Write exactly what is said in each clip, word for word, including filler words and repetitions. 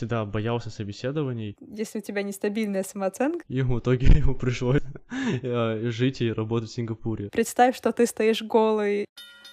всегда боялся собеседований. Если у тебя нестабильная самооценка, И в итоге ему пришлось э, жить и работать в Сингапуре. представь, что ты стоишь голый.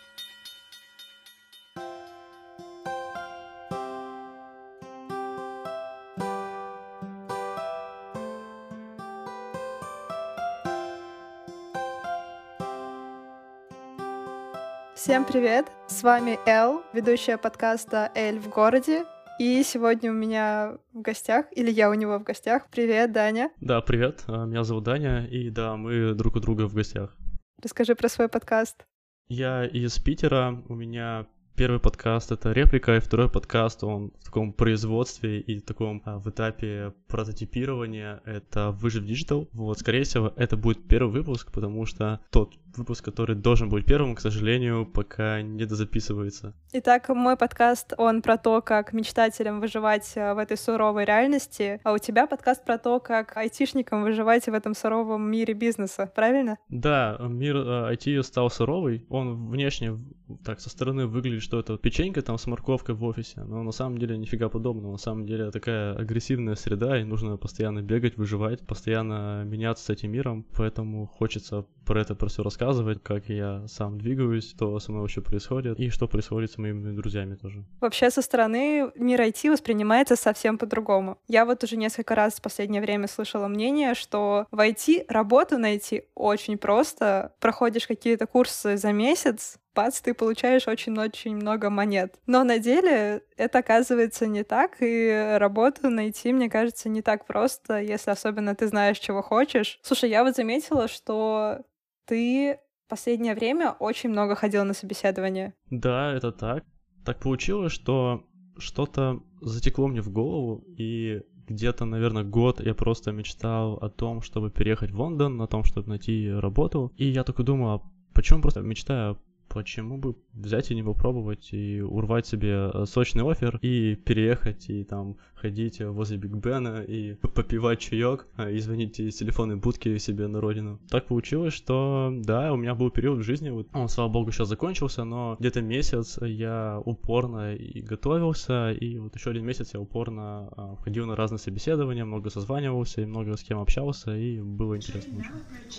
Всем привет! С вами Эл, ведущая подкаста «Эль в городе». И сегодня у меня в гостях, или я у него в гостях. Привет, Даня. Да, привет, э, меня зовут Даня, и да, мы друг у друга в гостях. Расскажи про свой подкаст. Я из Питера, у меня первый подкаст — это «Реплика», и второй подкаст, он в таком производстве и в таком а, в этапе прототипирования, это «Выжив Digital». Вот, скорее всего, это будет первый выпуск, потому что тот выпуск, который должен быть первым, к сожалению, пока не дозаписывается. Итак, мой подкаст, он про то, как мечтателям выживать в этой суровой реальности, а у тебя подкаст про то, как айтишникам выживать в этом суровом мире бизнеса, правильно? Да, мир э, ай ти стал суровый, он внешне так со стороны выглядит, что это печенька там с морковкой в офисе, но на самом деле нифига подобного, на самом деле такая агрессивная среда, и нужно постоянно бегать, выживать, постоянно меняться с этим миром, поэтому хочется про это про все рассказывать, как я сам двигаюсь, что со мной вообще происходит, и что происходит с моими друзьями тоже. Вообще со стороны мир ай ти воспринимается совсем по-другому. Я вот уже несколько раз в последнее время слышала мнение, что в ай ти работу найти очень просто, проходишь какие-то курсы за месяц, бац, ты получаешь очень-очень много монет. Но на деле это оказывается не так, и работу найти, мне кажется, не так просто, если особенно ты знаешь, чего хочешь. Слушай, я вот заметила, что ты в последнее время очень много ходил на собеседование. Да, это так. Так получилось, что что-то затекло мне в голову, и где-то, наверное, год я просто мечтал о том, чтобы переехать в Лондон, о том, чтобы найти работу. И я только думал, а почему просто мечтаю, почему бы взять и не попробовать и урвать себе сочный оффер и переехать и там ходить возле Биг Бена и попивать чаек и звонить из телефонной будки себе на родину. Так получилось, что да, у меня был период в жизни, вот он, слава богу, сейчас закончился, но где-то месяц я упорно и готовился, и вот еще один месяц я упорно а, ходил на разные собеседования, много созванивался и много с кем общался, и было интересно очень.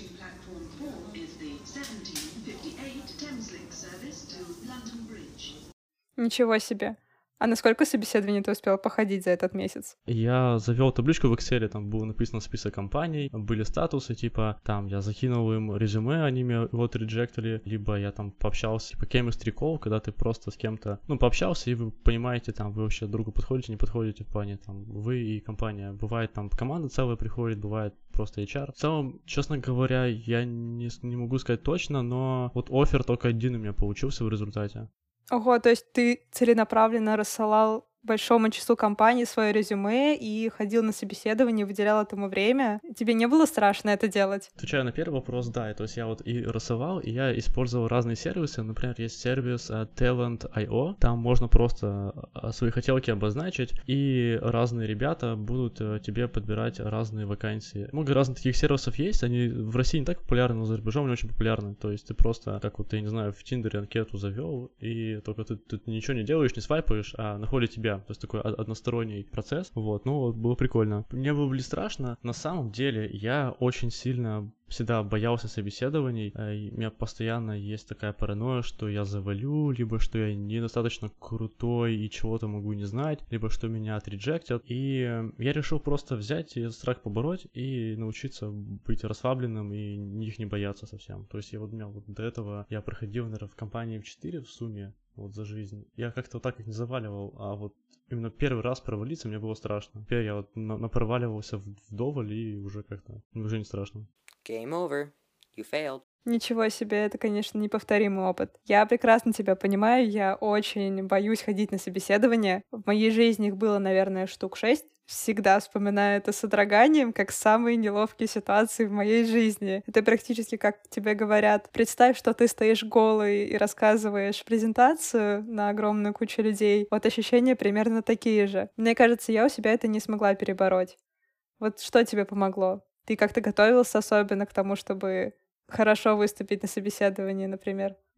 Ничего себе. А на сколько собеседований ты успел походить за этот месяц? Я завел табличку в Excel, там было написано список компаний, были статусы, типа, там, я закинул им резюме, они меня его отреджектили, либо я там пообщался, типа, chemistry call, когда ты просто с кем-то, ну, пообщался, и вы понимаете, там, вы вообще другу подходите, не подходите в плане, там, вы и компания. Бывает, там, команда целая приходит, бывает просто эйч ар. В целом, честно говоря, я не, не могу сказать точно, но вот оффер только один у меня получился в результате. Ого, то есть ты целенаправленно рассылал большому числу компаний свое резюме и ходил на собеседование, выделял этому время. Тебе не было страшно это делать? Отвечая на первый вопрос, да, то есть я вот и рассылал, и я использовал разные сервисы, например, есть сервис uh, Talent точка ай о, там можно просто свои хотелки обозначить, и разные ребята будут uh, тебе подбирать разные вакансии. Много разных таких сервисов есть, они в России не так популярны, но за рубежом они очень популярны, то есть ты просто, как вот, я не знаю, в Тиндере анкету завел, и только ты, ты ничего не делаешь, не свайпаешь, а находит тебя. То есть такой односторонний процесс. Вот, ну вот, было прикольно. Мне было ли страшно? На самом деле, я очень сильно всегда боялся собеседований. И у меня постоянно есть такая паранойя, что я завалю, либо что я недостаточно крутой и чего-то могу не знать, либо что меня отреджектят. И я решил просто взять и страх побороть и научиться быть расслабленным и их не бояться совсем. То есть я вот у меня вот до этого я проходил, наверное, в компании в четыре в сумме вот за жизнь. Я как-то вот так их не заваливал, а вот именно первый раз провалиться мне было страшно. Теперь я вот на- напроваливался вдоволь и уже как-то уже не страшно. Game over. You failed. Ничего себе, это, конечно, неповторимый опыт. Я прекрасно тебя понимаю, я очень боюсь ходить на собеседование. В моей жизни их было, наверное, штук шесть. Всегда вспоминаю это с содроганием, как самые неловкие ситуации в моей жизни. Это практически как тебе говорят: представь, что ты стоишь голый и рассказываешь презентацию на огромную кучу людей. Вот ощущения примерно такие же. Мне кажется, я у себя это не смогла перебороть. Вот что тебе помогло? Ты как-то готовился особенно к тому, чтобы хорошо выступить на собеседовании, например?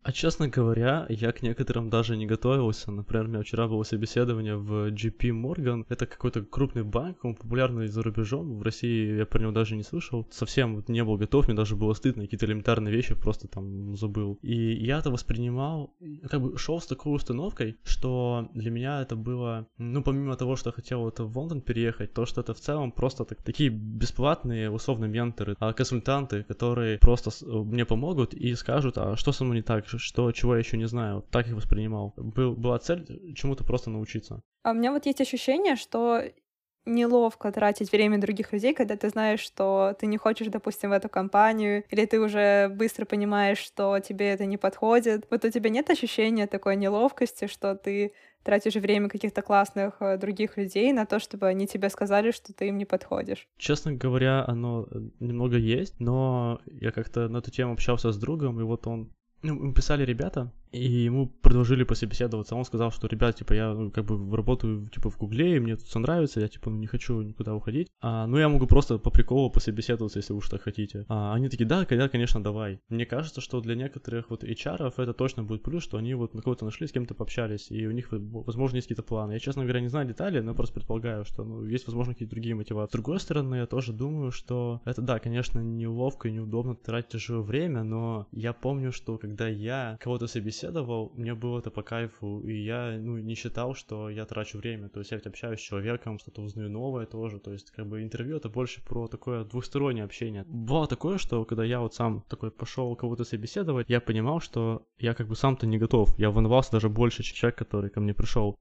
А честно говоря, я к некоторым даже не готовился. Например, у меня вчера было собеседование в джей пи Morgan. Это какой-то крупный банк, он популярный за рубежом. В России я про него даже не слышал. Совсем вот не был готов, мне даже было стыдно, какие-то элементарные вещи просто там забыл. И я это воспринимал, как бы шел с такой установкой, что для меня это было, ну, помимо того, что я хотел это в Лондон переехать, то, что это в целом просто так, такие бесплатные, условно, менторы, а, консультанты, которые просто с- мне помогут и скажут, а что со мной не так, что, чего я еще не знаю. Так их воспринимал. Был, была цель чему-то просто научиться. А у меня вот есть ощущение, что неловко тратить время других людей, когда ты знаешь, что ты не хочешь, допустим, в эту компанию, или ты уже быстро понимаешь, что тебе это не подходит. Вот у тебя нет ощущения такой неловкости, что ты тратишь время каких-то классных э, других людей на то, чтобы они тебе сказали, что ты им не подходишь? Честно говоря, оно э, немного есть, но я как-то на эту тему общался с другом, и вот он... Ну, мы писали ребята, и ему предложили пособеседоваться. Он сказал, что, ребят, типа, я ну, как бы работаю, типа, в Гугле, и мне тут все нравится, я, типа, ну, не хочу никуда уходить. А, ну, я могу просто по приколу пособеседоваться, если вы уж так хотите. А они такие, да, да, конечно, давай. Мне кажется, что для некоторых вот эйч ар-ов это точно будет плюс, что они вот на кого-то нашли, с кем-то пообщались, и у них, возможно, есть какие-то планы. Я, честно говоря, не знаю детали, но просто предполагаю, что, ну, есть, возможно, какие-то другие мотивации. С другой стороны, я тоже думаю, что это, да, конечно, неловко и неудобно тратить чужое время, но я помню, что когда я кого-то собеседовал, мне было это по кайфу, и я, ну, не считал, что я трачу время, то есть я ведь общаюсь с человеком, что-то узнаю новое тоже, то есть как бы интервью это больше про такое двухстороннее общение. Бывало такое, что когда я вот сам такой пошел кого-то собеседовать, я понимал, что я как бы сам-то не готов, я волновался даже больше, чем человек, который ко мне пришел.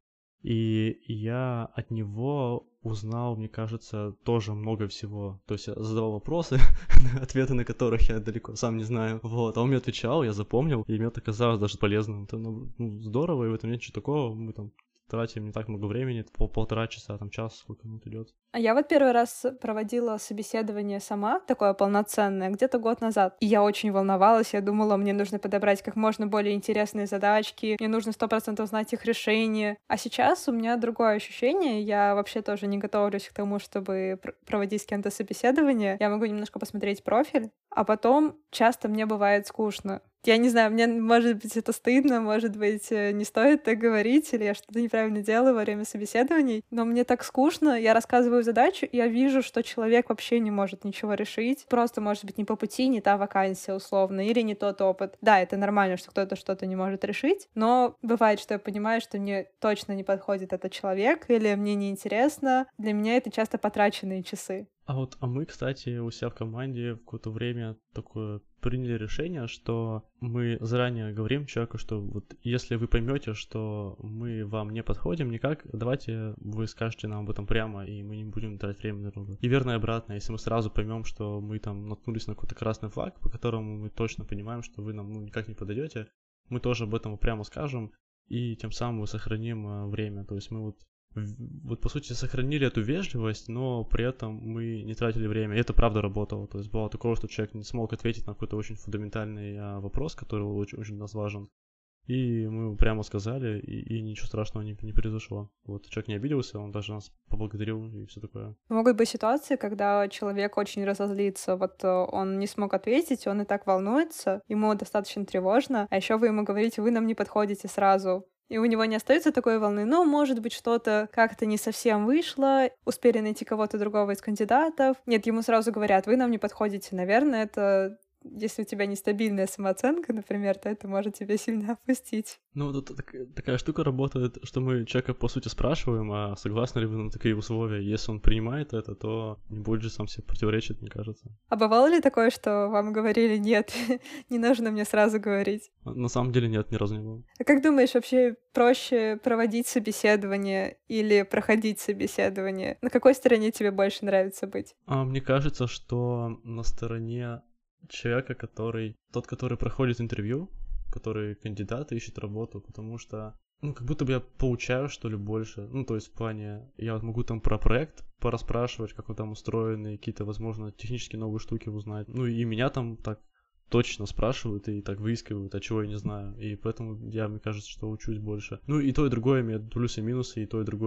И я от него узнал, мне кажется, тоже много всего. То есть я задавал вопросы, ответы на которых я далеко сам не знаю. Вот, а он мне отвечал, я запомнил, и мне это казалось даже полезным. Это ну, ну, здорово, и в этом нет ничего такого. Мы там тратим не так много времени, пол полтора часа, там час, сколько минут идет. А я вот первый раз проводила собеседование сама, такое полноценное, где-то год назад. И я очень волновалась, я думала, мне нужно подобрать как можно более интересные задачки, мне нужно сто процентов знать их решение. А сейчас у меня другое ощущение, я вообще тоже не готовлюсь к тому, чтобы пр- проводить с кем-то собеседование. Я могу немножко посмотреть профиль, а потом часто мне бывает скучно. Я не знаю, мне, может быть, это стыдно, может быть, э, не стоит так говорить, или я что-то неправильно делаю во время собеседований, но мне так скучно, я рассказываю задачу, и я вижу, что человек вообще не может ничего решить, просто, может быть, не по пути, не та вакансия условно, или не тот опыт. Да, это нормально, что кто-то что-то не может решить, но бывает, что я понимаю, что мне точно не подходит этот человек, или мне неинтересно. Для меня это часто потраченные часы. А вот, а мы, кстати, у себя в команде в какое-то время такое приняли решение, что мы заранее говорим человеку, что вот если вы поймете, что мы вам не подходим никак, давайте вы скажете нам об этом прямо, и мы не будем тратить время на друга. И верно и обратно, если мы сразу поймем, что мы там наткнулись на какой-то красный флаг, по которому мы точно понимаем, что вы нам ну, никак не подойдете, мы тоже об этом прямо скажем, и тем самым мы сохраним а, время. То есть мы вот вот по сути сохранили эту вежливость, но при этом мы не тратили время, и это правда работало. То есть бывало такое, что человек не смог ответить на какой-то очень фундаментальный а, вопрос, который очень, очень для нас важен. И мы прямо сказали, и, и ничего страшного не, не произошло. Вот человек не обиделся, он даже нас поблагодарил и все такое. Могут быть ситуации, когда человек очень разозлится, вот э, он не смог ответить, он и так волнуется, ему достаточно тревожно, а еще вы ему говорите, вы нам не подходите сразу. И у него не остается такой волны, ну, может быть, что-то как-то не совсем вышло, успели найти кого-то другого из кандидатов. Нет, ему сразу говорят, вы нам не подходите. Наверное, это... Если у тебя нестабильная самооценка, например, то это может тебя сильно опустить. Ну, тут так, такая штука работает, что мы человека, по сути, спрашиваем, а согласны ли вы на такие условия. Если он принимает это, то не будет же сам себе противоречить, мне кажется. А бывало ли такое, что вам говорили, нет, не нужно мне сразу говорить? На самом деле нет, ни разу не было. А как думаешь, вообще проще проводить собеседование или проходить собеседование? На какой стороне тебе больше нравится быть? А мне кажется, что на стороне человека, который... Тот, который проходит интервью, который кандидат и ищет работу, потому что, ну, как будто бы я получаю, что ли, больше. Ну, то есть в плане, я вот могу там про проект пораспрашивать, как он там устроен, и какие-то, возможно, технические новые штуки узнать. Ну, и меня там так точно спрашивают и так выискивают, а чего я не знаю. И поэтому я, мне кажется, что учусь больше. Ну, и то, и другое имеет плюсы и минусы, и то, и другое это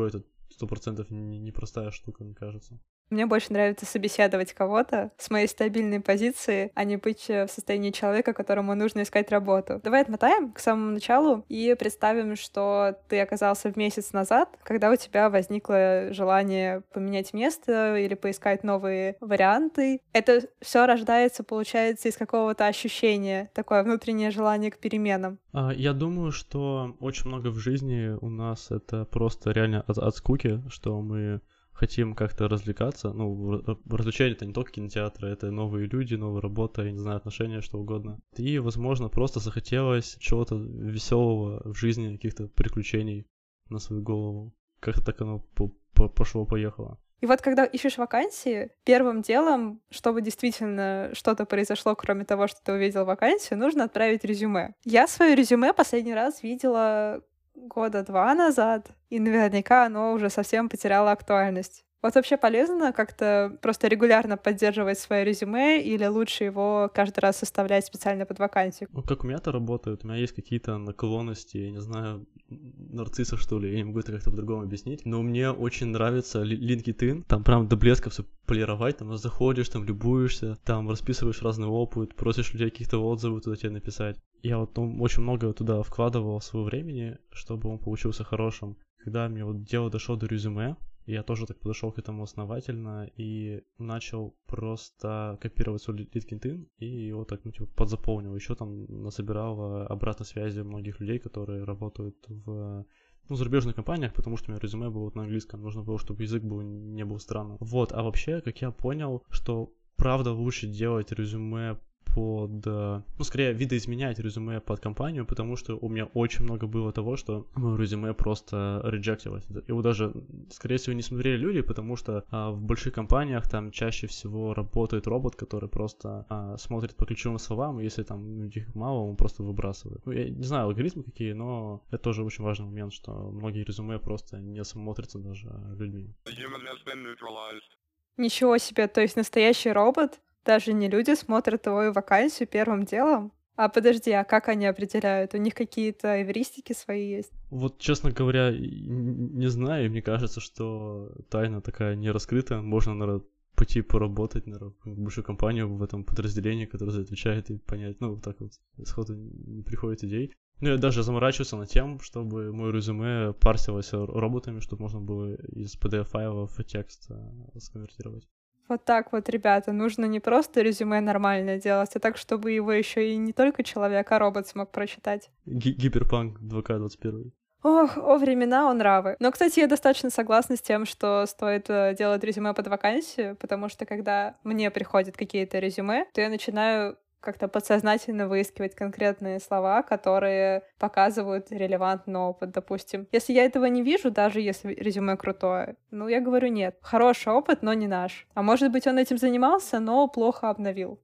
сто процентов непростая штука, мне кажется. Мне больше нравится собеседовать кого-то с моей стабильной позиции, а не быть в состоянии человека, которому нужно искать работу. Давай отмотаем к самому началу и представим, что ты оказался в месяц назад, когда у тебя возникло желание поменять место или поискать новые варианты. Это все рождается, получается, из какого-то ощущения, такое внутреннее желание к переменам. Я думаю, что очень много в жизни у нас это просто реально от, от скуки, что мы хотим как-то развлекаться. Ну, развлечения — это не только кинотеатры, это новые люди, новая работа, я не знаю, отношения, что угодно. И, возможно, просто захотелось чего-то веселого в жизни, каких-то приключений на свою голову. Как-то так оно пошло-поехало. И вот когда ищешь вакансии, первым делом, чтобы действительно что-то произошло, кроме того, что ты увидел вакансию, нужно отправить резюме. Я свое резюме последний раз видела года два назад, и наверняка оно уже совсем потеряло актуальность. Вот вообще полезно как-то просто регулярно поддерживать свое резюме или лучше его каждый раз составлять специально под вакансию? Ну, как у меня это работает, у меня есть какие-то наклонности, я не знаю, нарцисса, что ли, я не могу это как-то по-другому объяснить, но мне очень нравится LinkedIn, там прям до блеска все полировать, там заходишь, там любуешься, там расписываешь разный опыт, просишь людей каких-то отзывов туда тебе написать. Я вот ну, очень много туда вкладывал своего времени, чтобы он получился хорошим. Когда мне вот дело дошло до резюме, я тоже так подошел к этому основательно и начал просто копировать свой LinkedIn и его так, ну, типа, подзаполнил. Еще там насобирал обратной связи многих людей, которые работают в ну, зарубежных компаниях, потому что у меня резюме было вот на английском. Нужно было, чтобы язык был, не был странным. Вот, а вообще, как я понял, что правда лучше делать резюме под, ну, скорее, видоизменять резюме под компанию, потому что у меня очень много было того, что мое резюме просто реджектилось. Его даже, скорее всего, не смотрели люди, потому что а, в больших компаниях там чаще всего работает робот, который просто а, смотрит по ключевым словам, и если там их мало, он просто выбрасывает. Ну, я не знаю, алгоритмы какие, но это тоже очень важный момент, что многие резюме просто не смотрятся даже людьми. Ничего себе, то есть настоящий робот? Даже не люди смотрят твою вакансию первым делом? А подожди, а как они определяют? У них какие-то эвристики свои есть? Вот, честно говоря, не знаю, мне кажется, что тайна такая не раскрыта. Можно, наверное, пойти поработать, наверное, в большую компанию в этом подразделении, которое за это отвечает, и понять, ну, вот так вот сходу не приходит идей. Ну, я даже заморачивался над тем, чтобы мое резюме парсилось роботами, чтобы можно было из пи ди эф-файлов в текст сконвертировать. Вот так вот, ребята, нужно не просто резюме нормальное делать, а так, чтобы его еще и не только человек, а робот смог прочитать. Гиперпанк два ка двадцать один. Ох, о времена, о нравы. Но, кстати, я достаточно согласна с тем, что стоит делать резюме под вакансию, потому что когда мне приходят какие-то резюме, то я начинаю как-то подсознательно выискивать конкретные слова, которые показывают релевантный опыт, допустим. Если я этого не вижу, даже если резюме крутое, ну, я говорю нет. Хороший опыт, но не наш. А может быть, он этим занимался, но плохо обновил.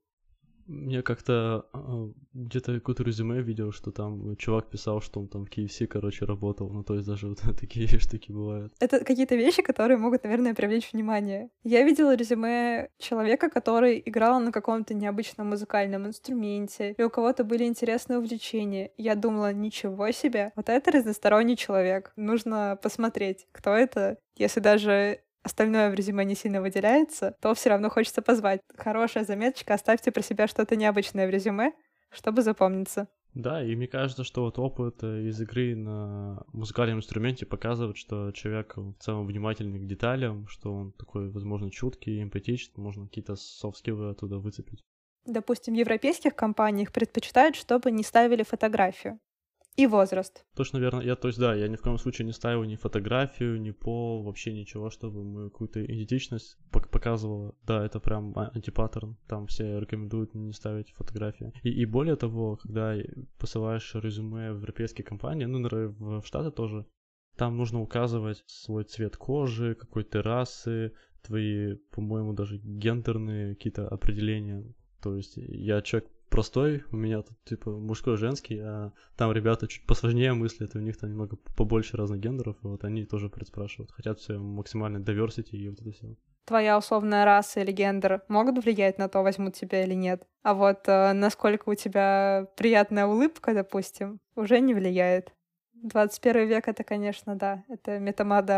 Мне как-то э, где-то какое-то резюме видел, что там чувак писал, что он там в кей эф си, короче, работал. Ну, то есть даже вот такие штуки бывают. Это какие-то вещи, которые могут, наверное, привлечь внимание. Я видела резюме человека, который играл на каком-то необычном музыкальном инструменте, и у кого-то были интересные увлечения. Я думала, ничего себе, вот это разносторонний человек. Нужно посмотреть, кто это, если даже остальное в резюме не сильно выделяется, то все равно хочется позвать. Хорошая заметочка, оставьте про себя что-то необычное в резюме, чтобы запомниться. Да, и мне кажется, что вот опыт из игры на музыкальном инструменте показывает, что человек в целом внимательный к деталям, что он такой, возможно, чуткий, эмпатичный, можно какие-то софт-скиллы оттуда выцепить. Допустим, в европейских компаниях предпочитают, чтобы не ставили фотографию. И возраст. Точно верно. Я, то есть, да, я ни в коем случае не ставил ни фотографию, ни пол, вообще ничего, чтобы мою какую-то идентичность показывала. Да, это прям антипаттерн. Там все рекомендуют не ставить фотографии. И, и более того, когда посылаешь резюме в европейские компании, ну, в Штаты тоже, там нужно указывать свой цвет кожи, какой-то расы, твои, по-моему, даже гендерные какие-то определения. То есть я человек простой, у меня тут типа мужской, женский, а там ребята чуть посложнее мыслят, и у них там немного побольше разных гендеров, и вот они тоже предспрашивают, хотят все максимально diversity и вот это все. Твоя условная раса или гендер могут влиять на то, возьмут тебя или нет, а вот э, насколько у тебя приятная улыбка, допустим, уже не влияет. двадцать первый век — это, конечно, да, это метамодерн.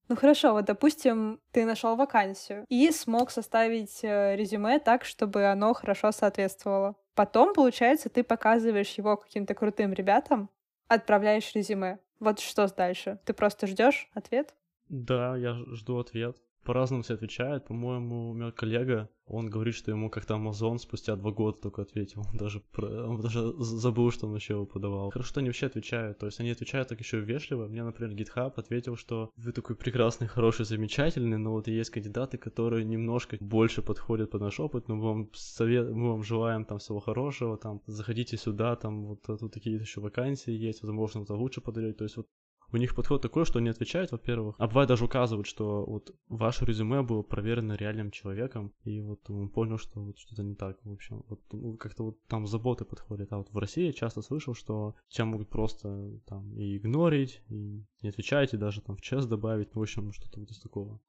Ну хорошо, вот допустим, ты нашел вакансию и смог составить э, резюме так, чтобы оно хорошо соответствовало. Потом, получается, ты показываешь его каким-то крутым ребятам, отправляешь резюме. Вот что дальше? Ты просто ждешь ответ? Да, я ж- жду ответ. По-разному все отвечают. По-моему, у меня коллега, он говорит, что ему как-то Amazon спустя два года только ответил. Он даже, про- он даже з- забыл, что он вообще его подавал. Хорошо, что они вообще отвечают. То есть они отвечают так еще вежливо. Мне, например, GitHub ответил, что вы такой прекрасный, хороший, замечательный, но вот есть кандидаты, которые немножко больше подходят под наш опыт, но мы вам, совет... мы вам желаем там всего хорошего, там, заходите сюда, там, вот тут такие еще вакансии есть, возможно, это лучше подойдет. То есть вот у них подход такой, что они отвечают, во-первых, а бывает даже указывают, что вот ваше резюме было проверено реальным человеком, и вот он понял, что вот что-то не так, в общем. Вот ну, как-то вот там заботы подходят. А вот в России я часто слышал, что тебя могут просто там и игнорить, и не отвечать, и даже там в чест добавить, ну, в общем, что-то вот из такого.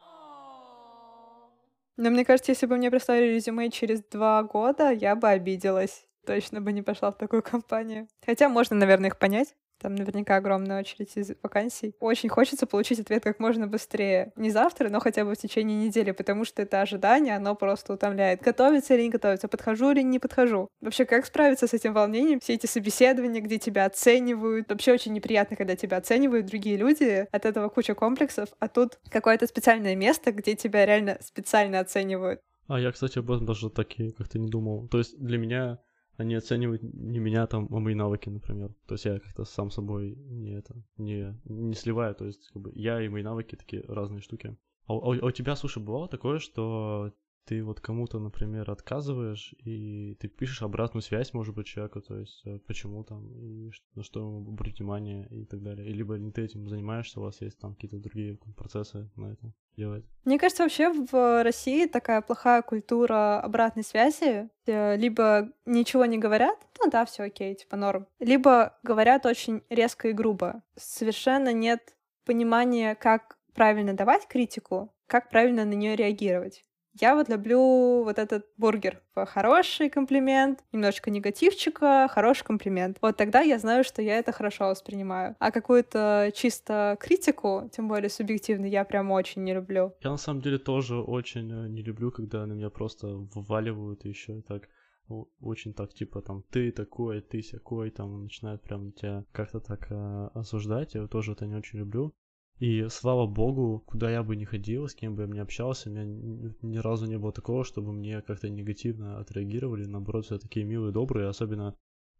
Но мне кажется, если бы мне прислали резюме через два года, я бы обиделась. Точно бы не пошла в такую компанию. Хотя можно, наверное, их понять. Там наверняка огромная очередь из вакансий. Очень хочется получить ответ как можно быстрее. Не завтра, но хотя бы в течение недели, потому что это ожидание, оно просто утомляет. Готовиться или не готовиться, подхожу или не подхожу. Вообще, как справиться с этим волнением? Все эти собеседования, где тебя оценивают. Вообще очень неприятно, когда тебя оценивают другие люди. От этого куча комплексов. А тут какое-то специальное место, где тебя реально специально оценивают. А я, кстати, об этом даже так и как-то не думал. То есть для меня они оценивают не меня там, а мои навыки, например. То есть я как-то сам собой не это, не, не сливаю. То есть как бы я и мои навыки такие разные штуки. А, у а у тебя, слушай, бывало такое, что ты вот кому-то, например, отказываешь, и ты пишешь обратную связь, может быть, человеку, то есть э, почему там, и ш- на что ему обратить внимание и так далее. И либо не ты этим занимаешься, у вас есть там какие-то другие там, процессы на это делать. Мне кажется, вообще в России такая плохая культура обратной связи. Э, Либо ничего не говорят, ну да, все окей, типа норм. Либо говорят очень резко и грубо. Совершенно нет понимания, как правильно давать критику, как правильно на нее реагировать. Я вот люблю вот этот бургер. Хороший комплимент, немножечко негативчика, хороший комплимент. Вот тогда я знаю, что я это хорошо воспринимаю. А какую-то чисто критику, тем более субъективно, я прям очень не люблю. Я на самом деле тоже очень э, не люблю, когда на меня просто вываливают еще и так о- очень так, типа, там, ты такой, ты сякой, там, начинают прям тебя как-то так э, осуждать, я тоже это не очень люблю. И слава богу, куда я бы ни ходил, с кем бы я ни общался, у меня ни, ни разу не было такого, чтобы мне как-то негативно отреагировали, наоборот, все такие милые, добрые, особенно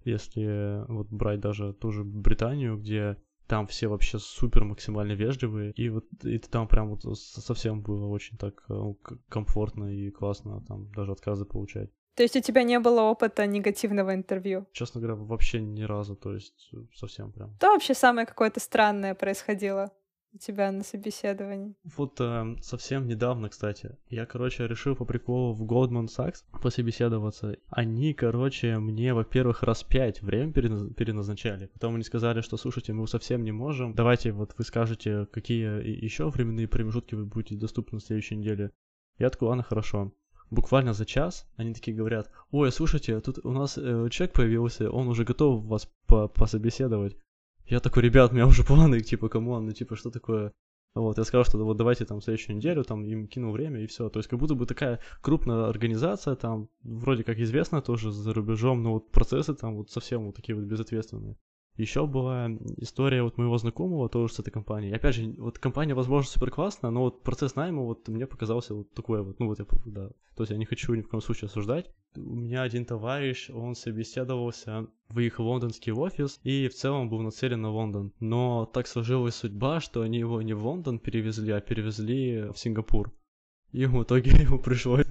если вот брать даже ту же Британию, где там все вообще супер максимально вежливые, и вот и там прям вот с- совсем было очень так э, к- комфортно и классно там даже отказы получать. То есть у тебя не было опыта негативного интервью? Честно говоря, вообще ни разу, то есть э, совсем прям. Что вообще самое какое-то странное происходило у тебя на собеседовании? Вот э, совсем недавно, кстати, я, короче, решил по приколу в Goldman Sachs пособеседоваться. Они, короче, мне, во-первых, раз пять время переназ- переназначали. Потом они сказали, что, слушайте, мы совсем не можем. Давайте вот вы скажете, какие и- еще временные промежутки вы будете доступны на следующей неделе. Я такой, ладно, хорошо. Буквально за час они такие говорят: ой, слушайте, тут у нас э, человек появился, он уже готов вас по- пособеседовать. Я такой, ребят, у меня уже планы, типа, камон, ну, типа, что такое? Вот, я сказал, что вот давайте там следующую неделю, там им кинул время и все. То есть как будто бы такая крупная организация, там вроде как известная тоже за рубежом, но вот процессы там вот совсем вот такие вот безответственные. Еще была история вот моего знакомого тоже с этой компанией. И опять же, вот компания, возможно, супер классная, но вот процесс найма вот мне показался вот такой вот, ну вот я, да. То есть я не хочу ни в коем случае осуждать. У меня один товарищ, он собеседовался, выехал в лондонский офис и в целом был нацелен на Лондон. Но так сложилась судьба, что они его не в Лондон перевезли, а перевезли в Сингапур. И в итоге ему пришлось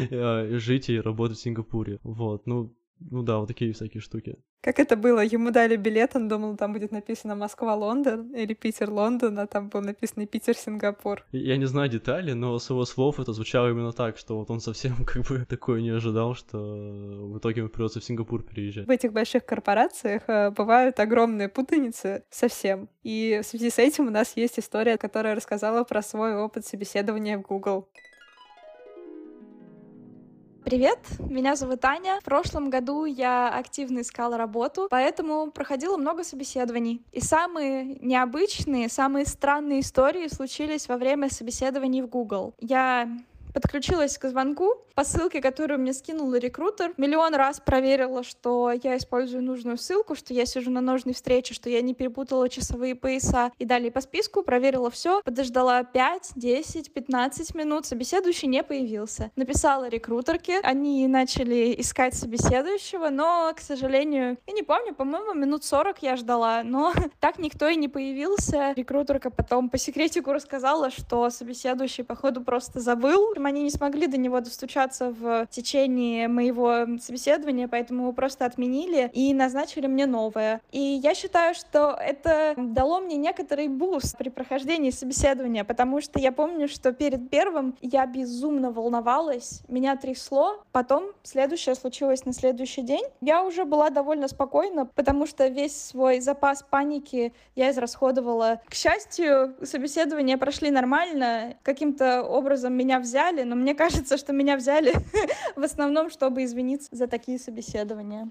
э, жить и работать в Сингапуре. Вот, ну, ну да, вот такие всякие штуки. Как это было? Ему дали билет, он думал, там будет написано Москва-Лондон или Питер-Лондон, а там было написано Питер-Сингапур. Я не знаю деталей, но с его слов это звучало именно так, что вот он совсем как бы такое не ожидал, что в итоге ему придется в Сингапур переезжать. В этих больших корпорациях э, бывают огромные путаницы совсем. И в связи с этим у нас есть история, которая рассказала про свой опыт собеседования в Google. Привет, меня зовут Аня. В прошлом году я активно искала работу, поэтому проходила много собеседований. И самые необычные, самые странные истории случились во время собеседований в Google. Я подключилась к звонку по ссылке, которую мне скинул рекрутер. Миллион раз проверила, что я использую нужную ссылку, что я сижу на нужной встрече, что я не перепутала часовые пояса и далее по списку. Проверила все, подождала пять, десять, пятнадцать минут. Собеседующий не появился. Написала рекрутерке, они начали искать собеседующего, но, к сожалению, я не помню, по-моему, минут сорок я ждала, но так никто и не появился. Рекрутерка потом по секретику рассказала, что собеседующий, походу, просто забыл. Они не смогли до него достучаться в течение моего собеседования, поэтому его просто отменили и назначили мне новое. И я считаю, что это дало мне некоторый буст при прохождении собеседования, потому что я помню, что перед первым я безумно волновалась, меня трясло, потом следующее случилось на следующий день. Я уже была довольно спокойна, потому что весь свой запас паники я израсходовала. К счастью, собеседования прошли нормально, каким-то образом меня взяли, но мне кажется, что меня взяли в основном, чтобы извиниться за такие собеседования.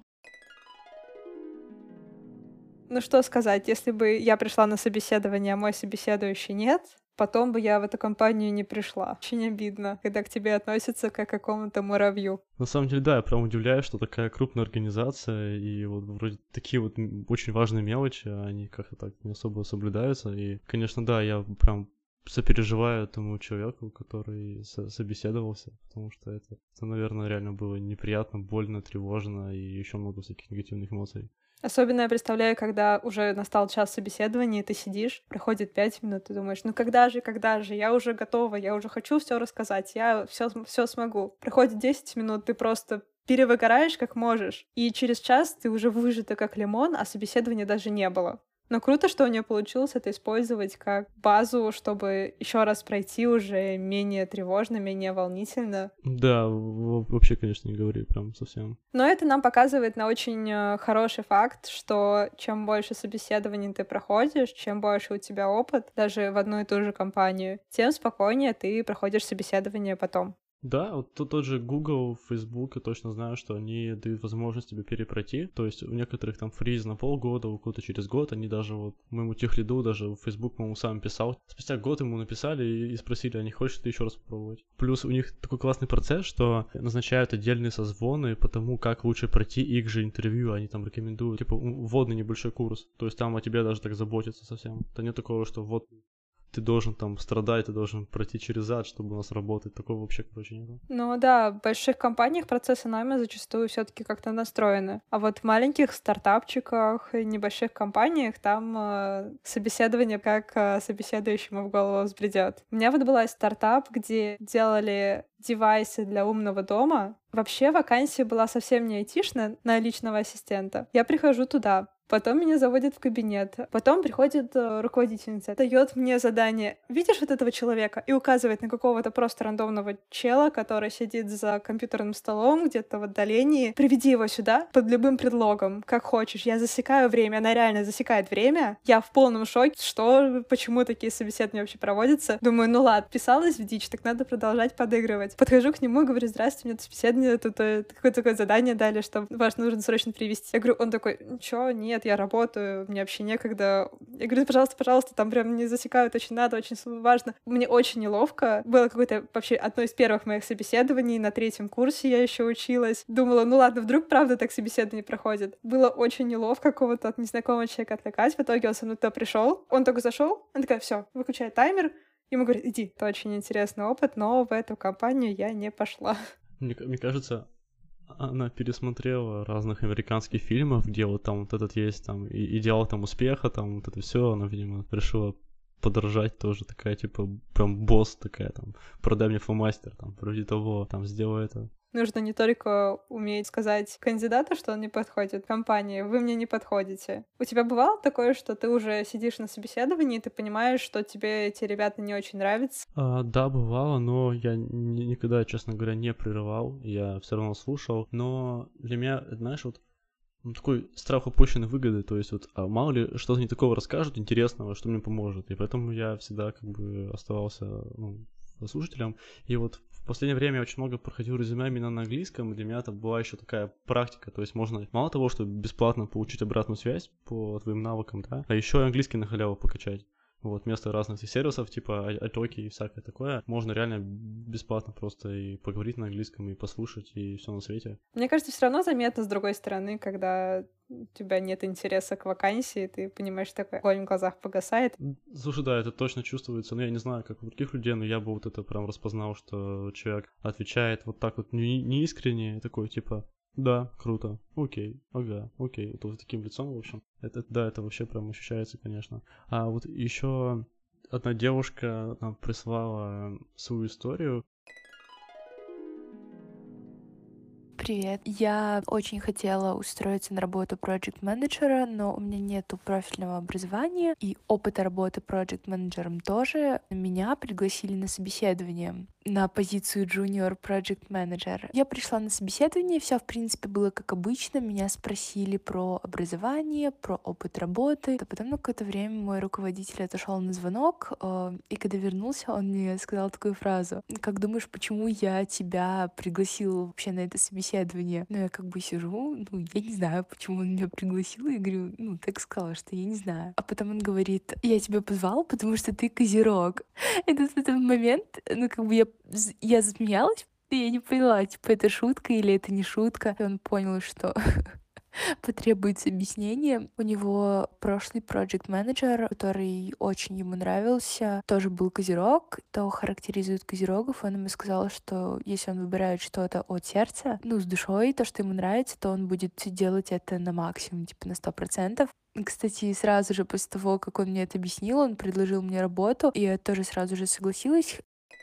Ну что сказать, если бы я пришла на собеседование, а мой собеседующий нет, потом бы я в эту компанию не пришла. Очень обидно, когда к тебе относятся как к какому-то муравью. На самом деле, да, я прям удивляюсь, что такая крупная организация, и вот вроде такие вот очень важные мелочи, они как-то так не особо соблюдаются. И, конечно, да, я прям сопереживаю этому человеку, который со- собеседовался, потому что это, это, наверное, реально было неприятно, больно, тревожно и еще много всяких негативных эмоций. Особенно я представляю, когда уже настал час собеседования, и ты сидишь, проходит пять минут, ты думаешь, ну когда же, когда же, я уже готова, я уже хочу все рассказать, я все все смогу. Проходит десять минут, ты просто перевыгораешь как можешь, и через час ты уже выжата как лимон, а собеседования даже не было. Но круто, что у нее получилось это использовать как базу, чтобы еще раз пройти уже менее тревожно, менее волнительно. Да, в- вообще, конечно, не говори прям совсем. Но это нам показывает на очень э, хороший факт, что чем больше собеседований ты проходишь, чем больше у тебя опыт, даже в одну и ту же компанию, тем спокойнее ты проходишь собеседование потом. Да, вот тот, тот же Google, Facebook, я точно знаю, что они дают возможность тебе перепройти. То есть у некоторых там фриз на полгода, у кого-то через год. Они даже вот моему техлиду, даже в Facebook, по-моему, сам писал. Спустя год ему написали и, и спросили, а не хочешь ты еще раз попробовать. Плюс у них такой классный процесс, что назначают отдельные созвоны по тому, как лучше пройти их же интервью. Они там рекомендуют, типа, вводный небольшой курс. То есть там о тебе даже так заботятся совсем. Это нет такого, что вот ты должен там страдать, ты должен пройти через ад, чтобы у нас работать. Такого вообще, короче, нет. Ну да, в больших компаниях процессы найма зачастую все-таки как-то настроены. А вот в маленьких стартапчиках и небольших компаниях там э, собеседование как э, собеседующему в голову взбредет. У меня вот была стартап, где делали девайсы для умного дома. Вообще вакансия была совсем не айтишная на личного ассистента. Я прихожу туда, потом меня заводят в кабинет, потом приходит э, руководительница, дает мне задание. Видишь вот этого человека? И указывает на какого-то просто рандомного чела, который сидит за компьютерным столом где-то в отдалении. Приведи его сюда под любым предлогом, как хочешь. Я засекаю время, она реально засекает время. Я в полном шоке, что, почему такие собеседования вообще проводятся. Думаю, ну ладно, писалась в дичь, так надо продолжать подыгрывать. Подхожу к нему и говорю, здравствуйте, мне тут собеседование, тут э, какое-то такое задание дали, что вас нужно срочно привести. Я говорю, он такой, чё, нет, я работаю, мне вообще некогда. Я говорю, пожалуйста, пожалуйста, там прям не засекают, очень надо, очень важно. Мне очень неловко. Было какое-то вообще одно из первых моих собеседований, на третьем курсе я еще училась. Думала, ну ладно, вдруг правда так собеседование проходит. Было очень неловко какого-то от незнакомого человека отвлекать. В итоге он со мной туда пришел, он только зашел, он такая, все, выключай таймер. Ему говорят, иди, это очень интересный опыт, но в эту компанию я не пошла. Мне, мне кажется, она пересмотрела разных американских фильмов, где вот там вот этот есть там и- идеал там успеха, там вот это все, она, видимо, решила подражать тоже, такая, типа, прям босс такая, там, продай мне фломастер, там, вроде того, там, сделай это. Нужно не только уметь сказать кандидату, что он не подходит компании, вы мне не подходите. У тебя бывало такое, что ты уже сидишь на собеседовании, и ты понимаешь, что тебе эти ребята не очень нравятся? А, да, бывало, но я ни- никогда, честно говоря, не прерывал, я все равно слушал, но для меня, знаешь, вот ну, такой страх упущенной выгоды, то есть вот, а мало ли что-то не такого расскажут интересного, что мне поможет, и поэтому я всегда как бы оставался, ну, слушателем, и вот в последнее время я очень много проходил резюме именно на английском, и для меня это была еще такая практика, то есть можно мало того, что бесплатно получить обратную связь по твоим навыкам, да, а еще и английский на халяву покачать. Вот, вместо разных сервисов, типа iTalki и всякое такое, можно реально бесплатно просто и поговорить на английском, и послушать, и все на свете. Мне кажется, все равно заметно, с другой стороны, когда у тебя нет интереса к вакансии, ты понимаешь, такой огонь в глазах погасает. Слушай, да, это точно чувствуется. Ну, я не знаю, как у других людей, но я бы вот это прям распознал, что человек отвечает вот так вот не- неискренне, такой, типа, да, круто, окей, ага, окей. Это вот таким лицом, в общем. Это, да, это вообще прям ощущается, конечно. А вот еще одна девушка нам прислала свою историю. Привет. Я очень хотела устроиться на работу проект-менеджера, но у меня нету профильного образования и опыта работы проект-менеджером тоже. Меня пригласили на собеседование на позицию junior project manager. Я пришла на собеседование, все в принципе было как обычно. Меня спросили про образование, про опыт работы. А потом на какое-то время мой руководитель отошел на звонок, э, и когда вернулся, он мне сказал такую фразу: как думаешь, почему я тебя пригласил вообще на это собеседование? Ну, я как бы сижу, ну, я не знаю, почему он меня пригласил. Я говорю, ну, так сказала, что я не знаю. А потом он говорит: я тебя позвал, потому что ты козерог. И тут в этот момент, ну, как бы я, я засмеялась, и я не поняла, типа, это шутка или это не шутка. И он понял, что потребуется объяснение. У него прошлый проект менеджер, который очень ему нравился, тоже был козерог. То характеризует козерогов. Он ему сказал, что если он выбирает что-то от сердца, ну, с душой, то, что ему нравится, то он будет делать это на максимум, типа на сто процентов. Кстати, сразу же после того, как он мне это объяснил, он предложил мне работу, и я тоже сразу же согласилась.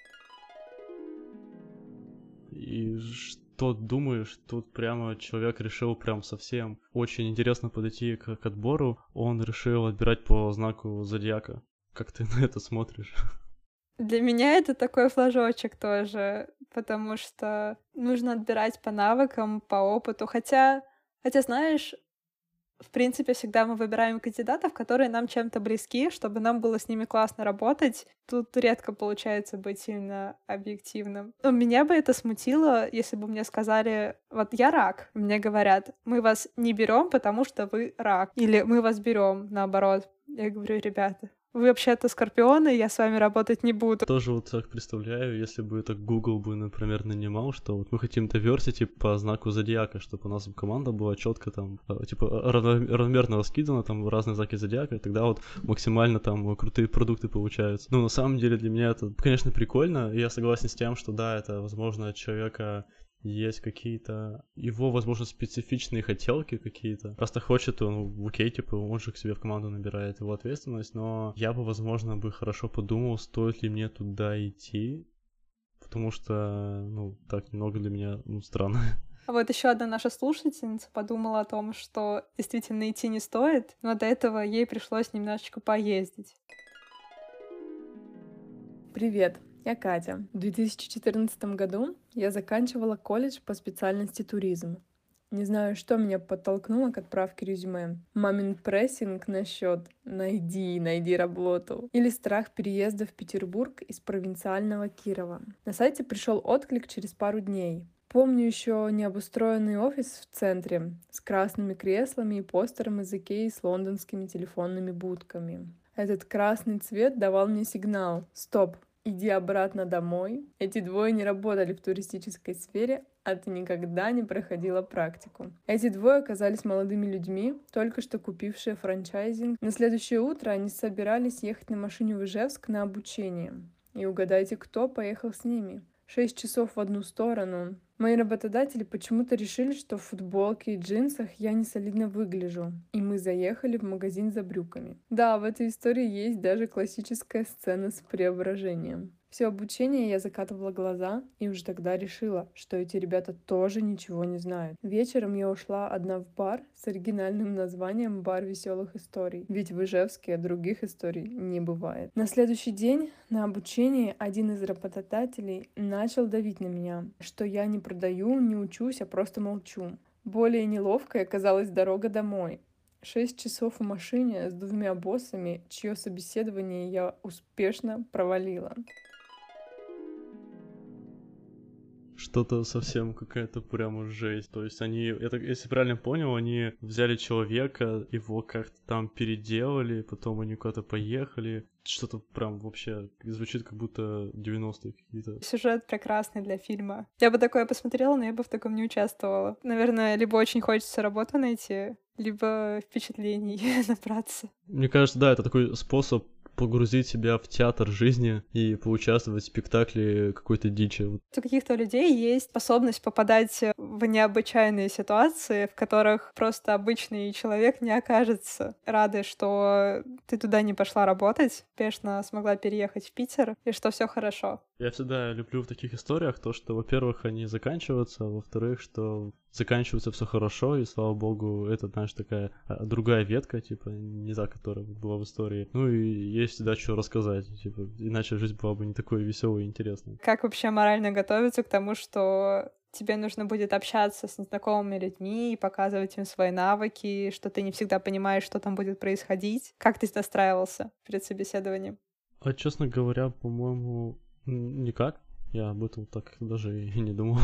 И что думаешь, тут прямо человек решил прям совсем очень интересно подойти к, к отбору. Он решил отбирать по знаку зодиака. Как ты на это смотришь? Для меня это такой флажочек тоже, потому что нужно отбирать по навыкам, по опыту. Хотя, хотя, знаешь, в принципе, всегда мы выбираем кандидатов, которые нам чем-то близки, чтобы нам было с ними классно работать. Тут редко получается быть сильно объективным. Но меня бы это смутило, если бы мне сказали: вот я рак. Мне говорят: мы вас не берем, потому что вы рак. Или мы вас берем, наоборот. Я говорю: ребята, вы вообще-то скорпионы, я с вами работать не буду. Тоже вот так представляю, если бы это Google бы, например, нанимал, что вот мы хотим diversity по знаку зодиака, чтобы у нас команда была четко там, типа, равномерно раскидана, там, разные знаки зодиака, и тогда вот максимально там крутые продукты получаются. Ну, на самом деле, для меня это, конечно, прикольно, и я согласен с тем, что да, это, возможно, от человека есть какие-то его, возможно, специфичные хотелки какие-то. Просто хочет он, окей, типа, он же к себе в команду набирает его ответственность, но я бы, возможно, бы хорошо подумал, стоит ли мне туда идти, потому что, ну, так немного для меня, ну, странно. А вот еще одна наша слушательница подумала о том, что действительно идти не стоит, но до этого ей пришлось немножечко поездить. Привет, я Катя. В две тысячи четырнадцатом году я заканчивала колледж по специальности туризм. Не знаю, что меня подтолкнуло к отправке резюме. Мамин прессинг насчет «найди, найди работу» или страх переезда в Петербург из провинциального Кирова. На сайте пришел отклик через пару дней. Помню еще необустроенный офис в центре с красными креслами и постером из Икеи с лондонскими телефонными будками. Этот красный цвет давал мне сигнал: стоп, иди обратно домой. Эти двое не работали в туристической сфере, а ты никогда не проходила практику. Эти двое оказались молодыми людьми, только что купившие франчайзинг. На следующее утро они собирались ехать на машине в Ижевск на обучение. И угадайте, кто поехал с ними? Шесть часов в одну сторону. Мои работодатели почему-то решили, что в футболке и джинсах я не солидно выгляжу. И мы заехали в магазин за брюками. Да, в этой истории есть даже классическая сцена с преображением. Все обучение я закатывала глаза и уже тогда решила, что эти ребята тоже ничего не знают. Вечером я ушла одна в бар с оригинальным названием «Бар веселых историй», ведь в Ижевске других историй не бывает. На следующий день на обучении один из работодателей начал давить на меня, что я не продаю, не учусь, а просто молчу. Более неловкой оказалась дорога домой. Шесть часов в машине с двумя боссами, чье собеседование я успешно провалила. что-то совсем какая-то прямо жесть. То есть они, я так, если правильно понял, они взяли человека, его как-то там переделали, потом они куда-то поехали. Что-то прям вообще звучит как будто девяностые какие-то. Сюжет прекрасный для фильма. Я бы такое посмотрела, но я бы в таком не участвовала. Наверное, либо очень хочется работу найти, либо впечатлений набраться. Мне кажется, да, это такой способ погрузить себя в театр жизни и поучаствовать в спектакле какой-то дичи. У каких-то людей есть способность попадать в необычайные ситуации, в которых просто обычный человек не окажется. Рады, что ты туда не пошла работать, успешно смогла переехать в Питер, и что все хорошо. Я всегда люблю в таких историях то, что, во-первых, они заканчиваются, а во-вторых, что заканчивается все хорошо, и, слава богу, это, знаешь, такая другая ветка, типа, не та, которая была в истории. Ну и есть всегда что рассказать, типа, иначе жизнь была бы не такой веселой и интересной. Как вообще морально готовиться к тому, что тебе нужно будет общаться с незнакомыми людьми, показывать им свои навыки, что ты не всегда понимаешь, что там будет происходить? Как ты настраивался перед собеседованием? А, честно говоря, по-моему, никак. Я об этом так даже и не думал.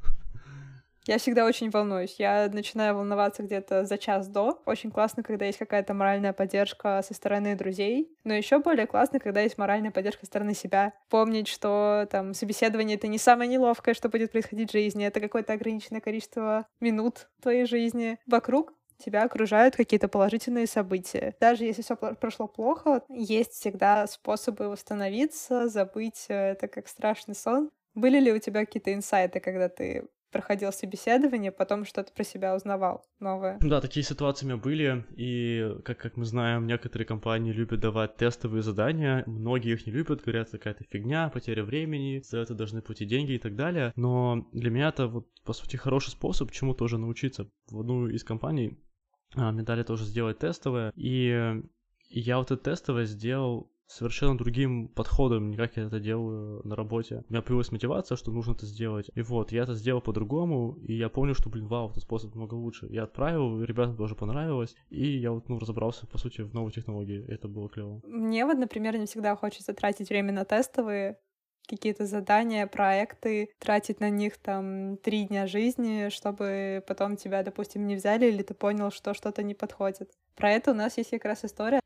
Я всегда очень волнуюсь. Я начинаю волноваться где-то за час до. Очень классно, когда есть какая-то моральная поддержка со стороны друзей. Но еще более классно, когда есть моральная поддержка со стороны себя. Помнить, что там собеседование — это не самое неловкое, что будет происходить в жизни. Это какое-то ограниченное количество минут твоей жизни. Вокруг тебя окружают какие-то положительные события. Даже если все прошло плохо, есть всегда способы восстановиться, забыть это как страшный сон. Были ли у тебя какие-то инсайты, когда ты проходил собеседование, потом что-то про себя узнавал новое? Да, такие ситуации у меня были, и, как, как мы знаем, некоторые компании любят давать тестовые задания, многие их не любят, говорят, какая-то фигня, потеря времени, за это должны платить деньги и так далее, но для меня это, вот, по сути, хороший способ чему тоже научиться. В одну из компаний а, мне дали тоже сделать тестовое, и я вот это тестовое сделал совершенно другим подходом, не как я это делаю на работе. У меня появилась мотивация, что нужно это сделать. И вот, я это сделал по-другому, и я понял, что, блин, вау, этот способ много лучше. Я отправил, ребятам тоже понравилось, и я вот, ну, разобрался, по сути, в новой технологии. Это было клево. Мне вот, например, не всегда хочется тратить время на тестовые какие-то задания, проекты, тратить на них там три дня жизни, чтобы потом тебя, допустим, не взяли, или ты понял, что что-то не подходит. Про это у нас есть как раз история.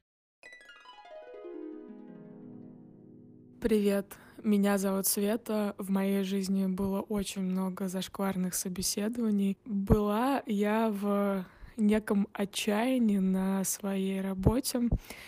Привет, меня зовут Света. В моей жизни было очень много зашкварных собеседований. Была я в неком отчаянии на своей работе.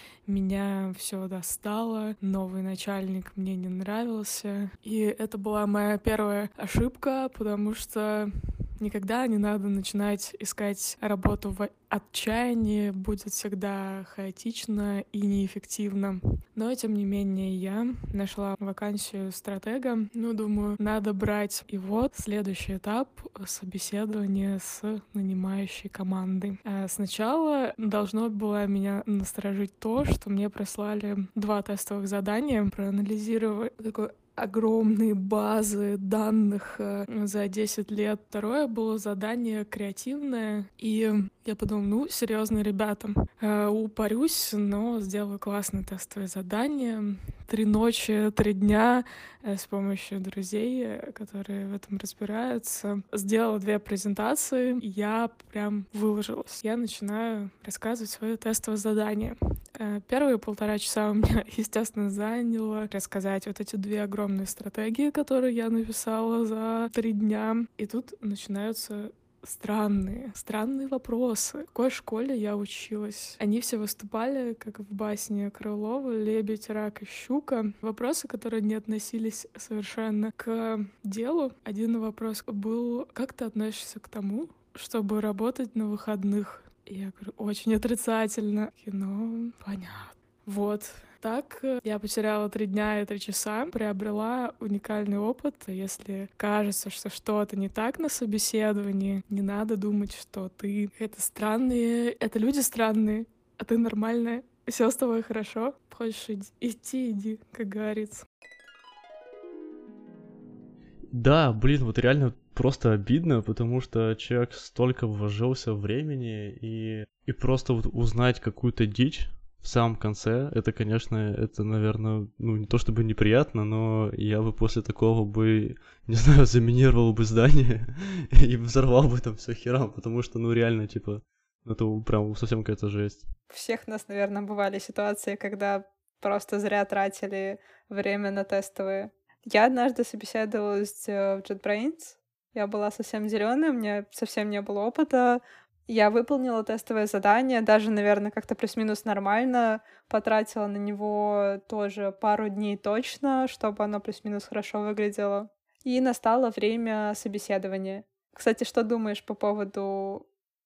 Меня все достало, новый начальник мне не нравился. И это была моя первая ошибка, потому что никогда не надо начинать искать работу в отчаянии, будет всегда хаотично и неэффективно. Но, тем не менее, я нашла вакансию стратега. Ну, думаю, надо брать. И вот следующий этап — собеседование с нанимающей командой. А сначала должно было меня насторожить то, что мне прислали два тестовых задания, проанализировать такой огромные базы данных за десять лет. Второе было задание креативное, и я подумала, ну, серьезно, ребята, упарюсь, но сделаю классное тестовое задание. Три ночи, три дня с помощью друзей, которые в этом разбираются. Сделала две презентации, и я прям выложилась. Я начинаю рассказывать свое тестовое задание. Первые полтора часа у меня, естественно, заняло рассказать вот эти две огромные стратегии, которые я написала за три дня. И тут начинаются странные, странные вопросы. В какой школе я училась? Они все выступали, как в басне Крылова, «Лебедь, рак и щука». Вопросы, которые не относились совершенно к делу. Один вопрос был: как ты относишься к тому, чтобы работать на выходных? И я говорю, очень отрицательно. Ну, понятно. Вот. Так я потеряла три дня и три часа, приобрела уникальный опыт. Если кажется, что что-то не так на собеседовании, не надо думать, что ты это странные, это люди странные, а ты нормальная, все с тобой хорошо. Хочешь идти, иди, как говорится. Да, блин, вот реально просто обидно, потому что человек столько вложился времени, и, и просто вот узнать какую-то дичь в самом конце, это, конечно, это, наверное, ну, не то чтобы неприятно, но я бы после такого бы, не знаю, заминировал бы здание и взорвал бы там все херам, потому что, ну, реально, типа, это прям совсем какая-то жесть. У всех нас, наверное, бывали ситуации, когда просто зря тратили время на тестовые. Я однажды собеседовалась в JetBrains. Я была совсем зеленая, у меня совсем не было опыта. Я выполнила тестовое задание, даже, наверное, как-то плюс-минус нормально, потратила на него тоже пару дней точно, чтобы оно плюс-минус хорошо выглядело. И настало время собеседования. Кстати, что думаешь по поводу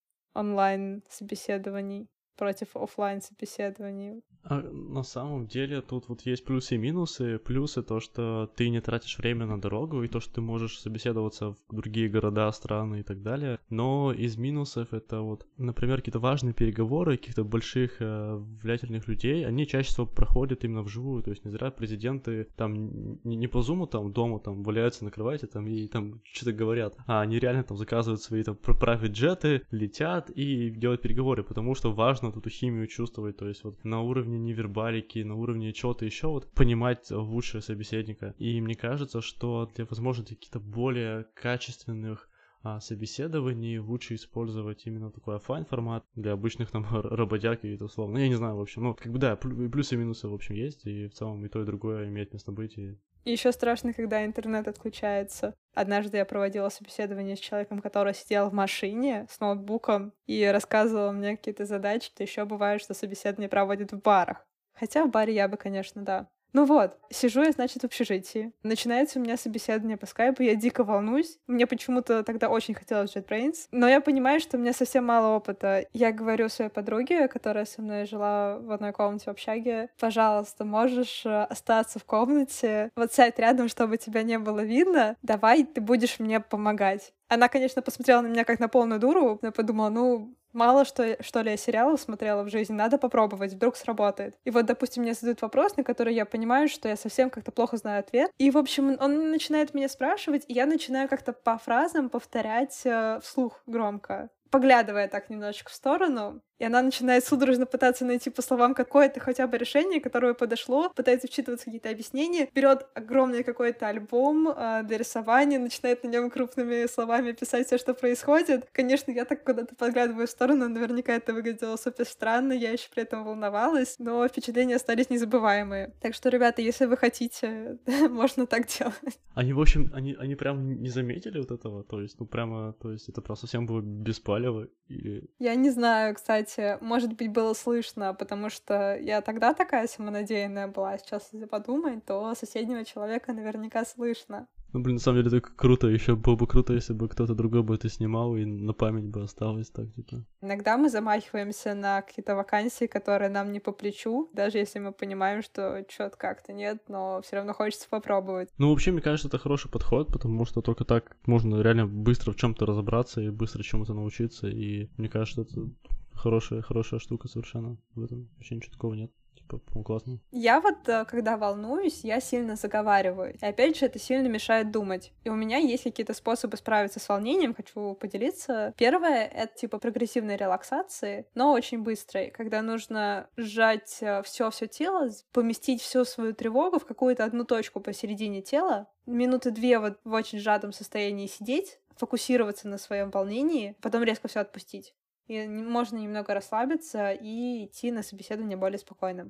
онлайн-собеседований против офлайн-собеседований? А на самом деле тут вот есть плюсы и минусы. Плюсы то, что ты не тратишь время на дорогу, и то, что ты можешь собеседоваться в другие города, страны и так далее. Но из минусов это вот, например, какие-то важные переговоры каких-то больших э, влиятельных людей, они чаще всего проходят именно вживую. То есть не зря президенты там не, не по зуму там дома там валяются на кровати там и там что-то говорят, а они реально там заказывают свои там private джеты, летят и делают переговоры, потому что важно тут эту химию чувствовать, то есть вот на уровне невербалики, на уровне чего-то еще, вот понимать лучше собеседника. И мне кажется, что для, возможно, для каких-то более качественных а, собеседований лучше использовать именно такой офлайн формат для обычных там работяг и это условно. Ну, я не знаю, в общем, ну, как бы да, плюсы и минусы, в общем, есть, и в целом и то, и другое имеет место быть. И... И еще страшно, когда интернет отключается. Однажды я проводила собеседование с человеком, который сидел в машине с ноутбуком и рассказывал мне какие-то задачи. Еще бывает, что собеседование проводят в барах. Хотя в баре я бы, конечно, да. Ну вот, сижу я, значит, в общежитии. Начинается у меня собеседование по скайпу, я дико волнуюсь. Мне почему-то тогда очень хотелось в JetBrains, но я понимаю, что у меня совсем мало опыта. Я говорю своей подруге, которая со мной жила в одной комнате в общаге: пожалуйста, можешь остаться в комнате, вот сядь рядом, чтобы тебя не было видно, давай ты будешь мне помогать. Она, конечно, посмотрела на меня как на полную дуру, но я подумала, ну, мало что, что ли я сериалов смотрела в жизни, надо попробовать, вдруг сработает. И вот, допустим, мне задают вопрос, на который я понимаю, что я совсем как-то плохо знаю ответ. И, в общем, он начинает меня спрашивать, и я начинаю как-то по фразам повторять э, вслух громко, поглядывая так немножечко в сторону. И она начинает судорожно пытаться найти по словам какое-то хотя бы решение, которое подошло, пытается вчитываться в какие-то объяснения, берет огромный какой-то альбом э, для рисования, начинает на нем крупными словами писать все, что происходит. Конечно, я так куда-то подглядываю в сторону, наверняка это выглядело супер странно, я еще при этом волновалась, но впечатления остались незабываемые. Так что, ребята, если вы хотите, можно так делать. Они, в общем, они, они прям не заметили вот этого, то есть, ну прямо, то есть это просто совсем было беспалево или... Я не знаю, кстати, может быть, было слышно, потому что я тогда такая самонадеянная была. Сейчас, если подумать, то соседнего человека наверняка слышно. Ну, блин, на самом деле, это круто. Еще было бы круто, если бы кто-то другой бы это снимал, и на память бы осталось так, типа. Иногда мы замахиваемся на какие-то вакансии, которые нам не по плечу, даже если мы понимаем, что что-то как-то нет, но все равно хочется попробовать. Ну, вообще, мне кажется, это хороший подход, потому что только так можно реально быстро в чем-то разобраться и быстро чему-то научиться, и мне кажется, это хорошая, хорошая штука совершенно. В этом вообще ничего такого нет. Типа, по-моему, классно. Я вот, когда волнуюсь, я сильно заговариваю. И опять же, это сильно мешает думать. И у меня есть какие-то способы справиться с волнением, хочу поделиться. Первое — это типа прогрессивной релаксации, но очень быстрой, когда нужно сжать все-все тело, поместить всю свою тревогу в какую-то одну точку посередине тела, минуты две вот в очень сжатом состоянии сидеть, фокусироваться на своем волнении, потом резко все отпустить. И можно немного расслабиться и идти на собеседование более спокойным.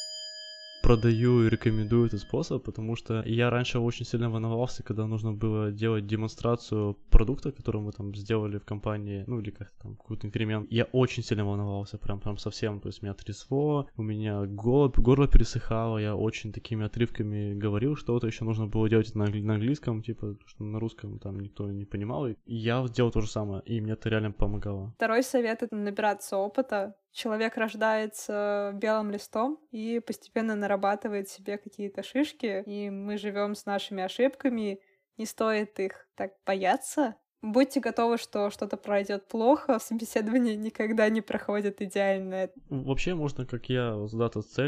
Продаю и рекомендую этот способ, потому что я раньше очень сильно волновался, когда нужно было делать демонстрацию продукта, который мы там сделали в компании, ну или как-то там какой-то инкремент. Я очень сильно волновался, прям, прям совсем, то есть меня трясло, у меня горло, горло пересыхало, я очень такими отрывками говорил, что-то еще нужно было делать на, на английском, типа, что на русском там никто не понимал, и я сделал то же самое, и мне это реально помогало. Второй совет — это набираться опыта. Человек рождается белым листом и постепенно нарабатывает себе какие-то шишки, и мы живем с нашими ошибками, не стоит их так бояться. Будьте готовы, что что-то пройдет плохо, собеседование никогда не проходит идеально. Вообще можно, как я, задаться целью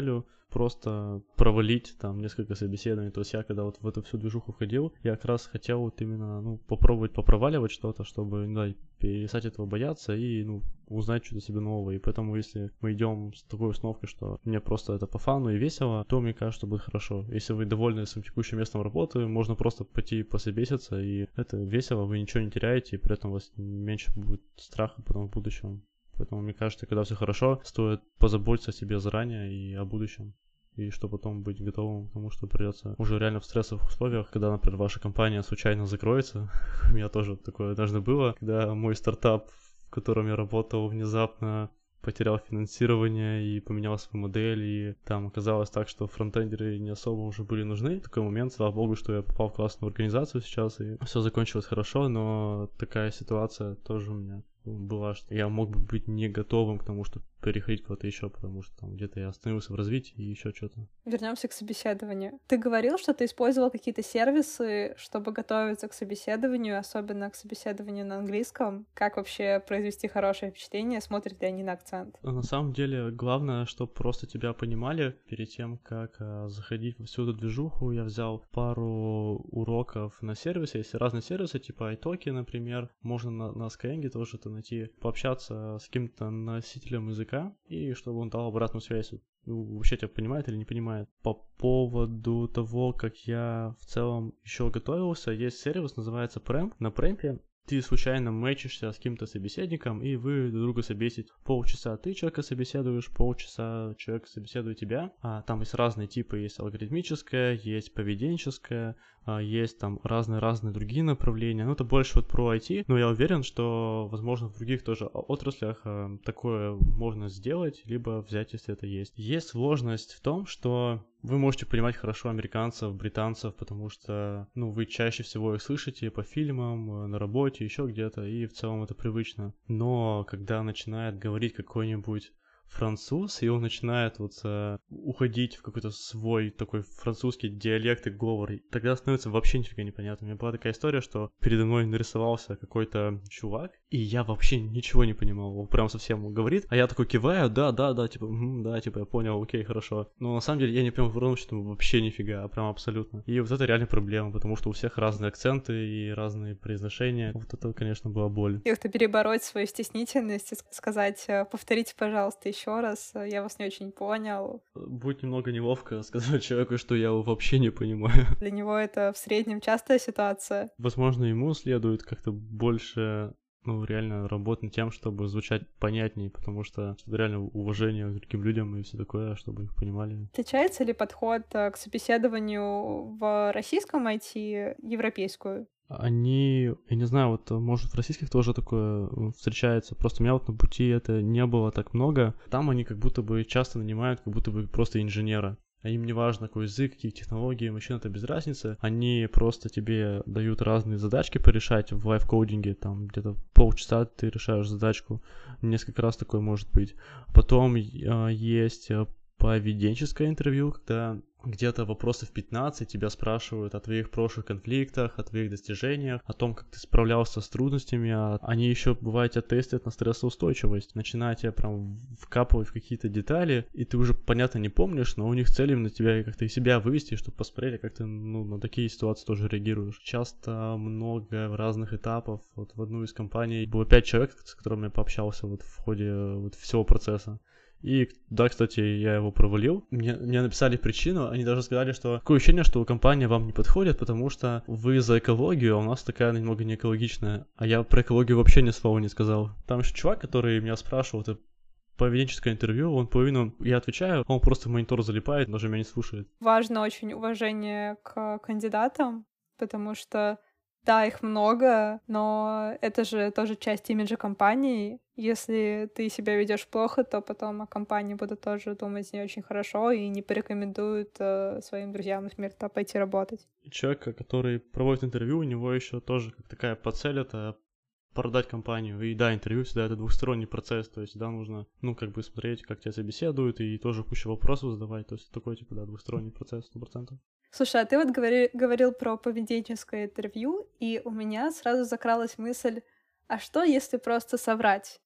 просто провалить там несколько собеседований. То есть я когда вот в эту всю движуху входил, я как раз хотел вот именно, ну, попробовать попроваливать что-то, чтобы, да, перестать этого бояться и, ну, узнать что-то себе нового. И поэтому, если мы идем с такой установкой, что мне просто это по фану и весело, то, мне кажется, будет хорошо. Если вы довольны своим текущим местом работы, можно просто пойти пособеситься, и это весело, вы ничего не теряете, и при этом у вас меньше будет страха потом в будущем. Поэтому, мне кажется, когда все хорошо, стоит позаботиться о себе заранее и о будущем. И чтобы потом быть готовым к тому, что придется уже реально в стрессовых условиях, когда, например, ваша компания случайно закроется. У меня тоже такое однажды было, когда мой стартап, в котором я работал, внезапно потерял финансирование и поменял свою модель, и там оказалось так, что фронтендеры не особо уже были нужны. В такой момент, слава богу, что я попал в классную организацию сейчас, и все закончилось хорошо, но такая ситуация тоже у меня была, что я мог бы быть не готовым к тому, чтобы переходить куда-то еще, потому что там где-то я остановился в развитии и еще что-то. Вернемся к собеседованию. Ты говорил, что ты использовал какие-то сервисы, чтобы готовиться к собеседованию, особенно к собеседованию на английском. Как вообще произвести хорошее впечатление, смотрят ли они на акцент? На самом деле, главное, чтобы просто тебя понимали. Перед тем, как а, заходить во всю эту движуху, я взял пару уроков на сервисе. Есть разные сервисы, типа iTalki, например. Можно на, на Skyeng тоже это найти, пообщаться с каким-то носителем языка, и чтобы он дал обратную связь. Ну, вообще тебя понимает или не понимает. По поводу того, как я в целом еще готовился, есть сервис, называется Premp. На Premp ты случайно мэчишься с каким-то собеседником, и вы друг друга собесите. Полчаса ты человека собеседуешь, полчаса человек собеседует тебя. А там есть разные типы, есть алгоритмическое, есть поведенческое, а, есть там разные-разные другие направления. Ну, это больше вот про ай ти, но я уверен, что, возможно, в других тоже отраслях а, такое можно сделать, либо взять, если это есть. Есть сложность в том, что вы можете понимать хорошо американцев, британцев, потому что, ну, вы чаще всего их слышите по фильмам, на работе, еще где-то, и в целом это привычно. Но когда начинает говорить какой-нибудь француз, и он начинает вот uh, уходить в какой-то свой такой французский диалект и говор, и тогда становится вообще нифига непонятно. У меня была такая история, что передо мной нарисовался какой-то чувак, и я вообще ничего не понимал. Он прям совсем говорит, а я такой киваю, да, да, да, типа, угу, да, типа, я понял, окей, хорошо. Но на самом деле я не понял, потому что вообще нифига, прям абсолютно. И вот это реально проблема, потому что у всех разные акценты и разные произношения. Вот это, конечно, была боль. Как-то перебороть свою стеснительность и сказать, повторите, пожалуйста, еще еще раз, я вас не очень понял. Будет немного неловко сказать человеку, что я его вообще не понимаю. Для него это в среднем частая ситуация. Возможно, ему следует как-то больше, ну, реально работать над тем, чтобы звучать понятнее, потому что это реально уважение к другим людям и все такое, чтобы их понимали. Отличается ли подход к собеседованию в российском ай ти европейскую? Они, я не знаю, вот, может, в российских тоже такое встречается, просто у меня вот на пути это не было так много. Там они как будто бы часто нанимают, как будто бы просто инженера. А им не важно, какой язык, какие технологии, машина, это без разницы. Они просто тебе дают разные задачки порешать в лайфкодинге, там где-то полчаса ты решаешь задачку, несколько раз такое может быть. Потом э, есть поведенческое интервью, когда где-то вопросов пятнадцать тебя спрашивают о твоих прошлых конфликтах, о твоих достижениях, о том, как ты справлялся с трудностями. А они еще, бывает, тебя тестят на стрессоустойчивость. Начинают тебя прям вкапывать в какие-то детали, и ты уже, понятно, не помнишь, но у них цель именно тебя как-то из себя вывести, чтобы посмотрели, как ты, ну, на такие ситуации тоже реагируешь. Часто много разных этапов. Вот в одну из компаний было пять человек, с которыми я пообщался вот в ходе вот всего процесса. И да, кстати, я его провалил. Мне, мне написали причину, они даже сказали, что такое ощущение, что компания вам не подходит, потому что вы за экологию, а у нас такая немного не экологичная. А я про экологию вообще ни слова не сказал. Там еще чувак, который меня спрашивал, это поведенческое интервью, он половину, я отвечаю, он просто в монитор залипает, даже меня не слушает. Важно очень уважение к кандидатам, потому что да, их много, но это же тоже часть имиджа компании. Если ты себя ведешь плохо, то потом о компании будут тоже думать не очень хорошо и не порекомендуют э, своим друзьям, например, туда пойти работать. Человек, который проводит интервью, у него еще тоже как такая подцель — это продать компанию. И да, интервью всегда это двухсторонний процесс, то есть всегда нужно, ну, как бы смотреть, как тебя собеседуют, и тоже кучу вопросов задавать, то есть такой, типа, да, двухсторонний процесс, сто процентов. Слушай, а ты вот говори, говорил про поведенческое интервью, и у меня сразу закралась мысль, а что, если просто соврать?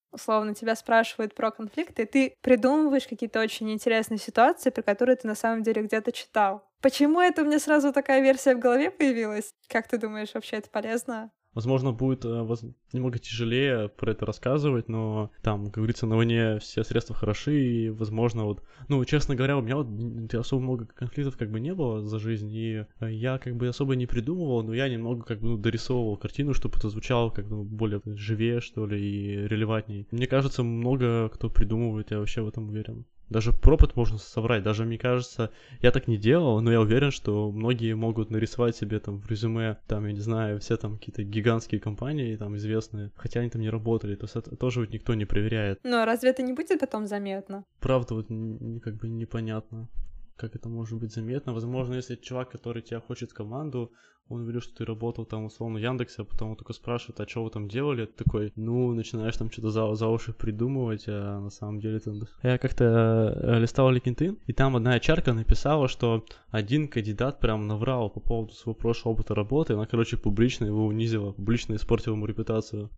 условно, тебя спрашивают про конфликты, и ты придумываешь какие-то очень интересные ситуации, про которые ты на самом деле где-то читал. Почему это у меня сразу такая версия в голове появилась? Как ты думаешь, вообще это полезно? Возможно, будет э, воз- немного тяжелее про это рассказывать, но там, как говорится, на войне все средства хороши, и, возможно, вот, ну, честно говоря, у меня вот н- особо много конфликтов как бы не было за жизнь, и э, я как бы особо не придумывал, но я немного как бы ну, дорисовывал картину, чтобы это звучало как бы ну, более живее, что ли, и релевантней. Мне кажется, много кто придумывает, я вообще в этом уверен. Даже пропыт можно соврать, даже мне кажется, я так не делал, но я уверен, что многие могут нарисовать себе там в резюме, там, я не знаю, все там какие-то гигантские компании там известные, хотя они там не работали, то есть это тоже вот никто не проверяет. Но разве это не будет потом заметно? Правда вот н- как бы непонятно, как это может быть заметно. Возможно, если чувак, который тебя хочет в команду, он говорит, что ты работал там условно в Яндексе, а потом он только спрашивает, а что вы там делали? Ты такой, ну, начинаешь там что-то за, за уши придумывать, а на самом деле ты... Я как-то э, листал LinkedIn, и там одна эйч ар-ка написала, что один кандидат прям наврал по поводу своего прошлого опыта работы, она, короче, публично его унизила, публично испортила ему репутацию.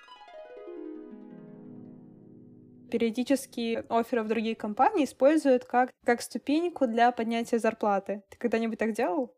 Периодически офферы в другие компании используют как, как ступеньку для поднятия зарплаты. Ты когда-нибудь так делал?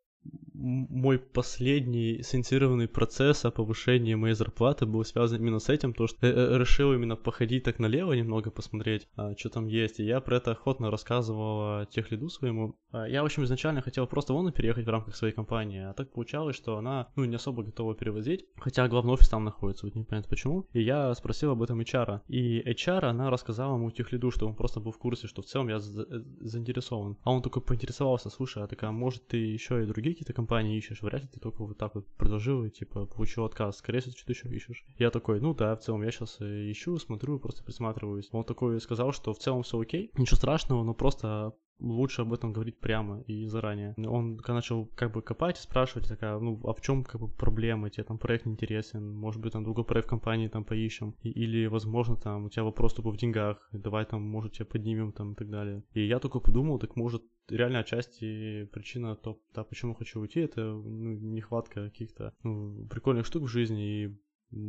Мой последний инициированный процесс о повышении моей зарплаты был связан именно с этим, то что я решил именно походить так налево немного, посмотреть, а, что там есть, и я про это охотно рассказывал техлиду своему. А, я, в общем, изначально хотел просто вон переехать в рамках своей компании, а так получалось, что она, ну, не особо готова перевозить, хотя главный офис там находится, вот непонятно почему, и я спросил об этом эйч ар, и эйч ар, она рассказала ему техлиду, что он просто был в курсе, что в целом я за- заинтересован, а он только поинтересовался, слушай, а такая, может, ты еще и другие какие-то компании ищешь, вряд ли ты только вот так вот предложил и типа получил отказ, скорее всего, что-то еще ищешь. Я такой, ну да, в целом я сейчас ищу, смотрю, просто присматриваюсь. Он такой сказал, что в целом все окей, ничего страшного, но просто лучше об этом говорить прямо и заранее. Он когда начал как бы копать и спрашивать, такая, ну, а в чем как бы проблема, тебе там проект не интересен, может быть, там другой проект в компании там поищем, и, или, возможно, там у тебя вопрос тупо в деньгах, давай там, может, тебя поднимем там и так далее. И я только подумал, так может, реально отчасти причина то, да, почему хочу уйти, это ну, нехватка каких-то ну, прикольных штук в жизни, и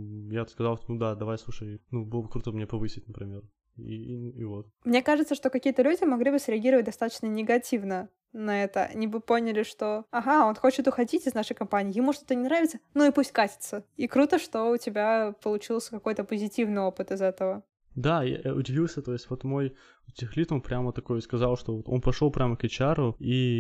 я сказал, ну да, давай, слушай, ну, было бы круто мне повысить, например. И, и, и вот. Мне кажется, что какие-то люди могли бы среагировать достаточно негативно на это. Они бы поняли, что ага, он хочет уходить из нашей компании, ему что-то не нравится, ну и пусть катится. И круто, что у тебя получился какой-то позитивный опыт из этого. Да, я удивился, то есть вот мой техлид, он прямо такой сказал, что вот он пошел прямо к эйч ар,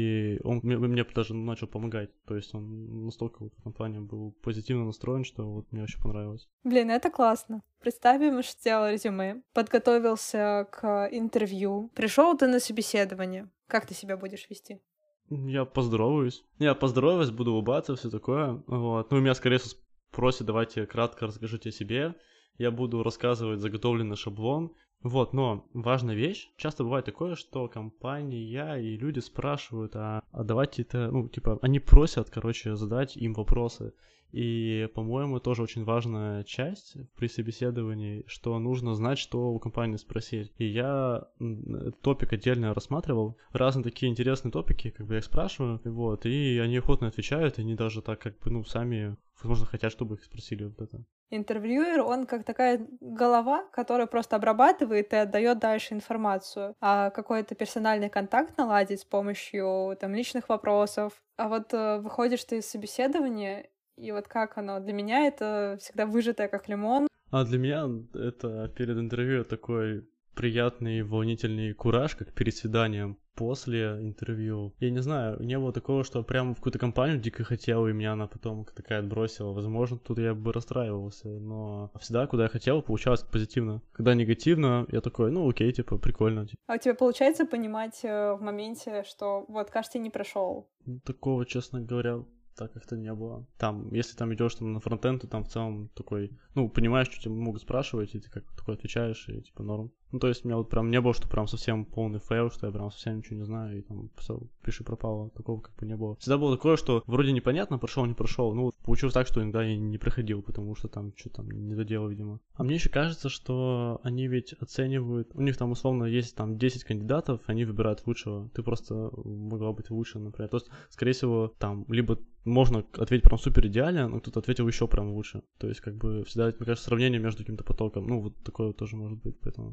и он мне, мне даже начал помогать, то есть он настолько вот в этом плане был позитивно настроен, что вот мне очень понравилось. Блин, это классно. Представим, что сделал резюме, подготовился к интервью, пришел ты на собеседование. Как ты себя будешь вести? Я поздороваюсь. Я поздороваюсь, буду улыбаться, все такое, вот. Ну, меня, скорее всего, спросят, давайте кратко расскажите о себе. Я буду рассказывать заготовленный шаблон. Вот, но важная вещь. Часто бывает такое, что компания и люди спрашивают, а, а давайте это, ну, типа, они просят, короче, задать им вопросы. И, по-моему, тоже очень важная часть при собеседовании, что нужно знать, что у компании спросить. И я этот топик отдельно рассматривал. Разные такие интересные топики, как бы я их спрашиваю, вот, и они охотно отвечают, и они даже так, как бы, ну, сами, возможно, хотят, чтобы их спросили вот это. Интервьюер, он как такая голова, которая просто обрабатывает и отдает дальше информацию. А какой-то персональный контакт наладить с помощью там личных вопросов. А вот э, выходишь ты из собеседования, и вот как оно? Для меня это всегда выжатое как лимон. А для меня это перед интервью такой приятный, волнительный кураж, как перед свиданием. После интервью. Я не знаю, не было такого, что прямо в какую-то компанию дико хотел, и меня она потом такая отбросила. Возможно, тут я бы расстраивался, но всегда, куда я хотел, получалось позитивно. Когда негативно, я такой, ну окей, типа, прикольно. А у тебя получается понимать э, в моменте, что вот, кажется, не прошел? Такого, честно говоря, так как-то не было. Там, если там идешь там, на фронтенд, то там в целом такой, ну, понимаешь, что тебя могут спрашивать, и ты как такой отвечаешь, и типа норм. Ну, то есть у меня вот прям не было, что прям совсем полный фейл, что я прям совсем ничего не знаю, и там все, пиши пропало, такого как бы не было. Всегда было такое, что вроде непонятно, прошел, не прошел. Ну, получилось так, что иногда я не проходил, потому что там что-то там не доделал, видимо. А мне еще кажется, что они ведь оценивают, у них там условно есть там десять кандидатов, они выбирают лучшего. Ты просто могла быть лучше, например. То есть, скорее всего, там, либо можно ответить прям супер идеально, но кто-то ответил еще прям лучше. То есть, как бы, всегда, мне кажется, сравнение между каким-то потоком. Ну, вот такое вот тоже может быть, поэтому...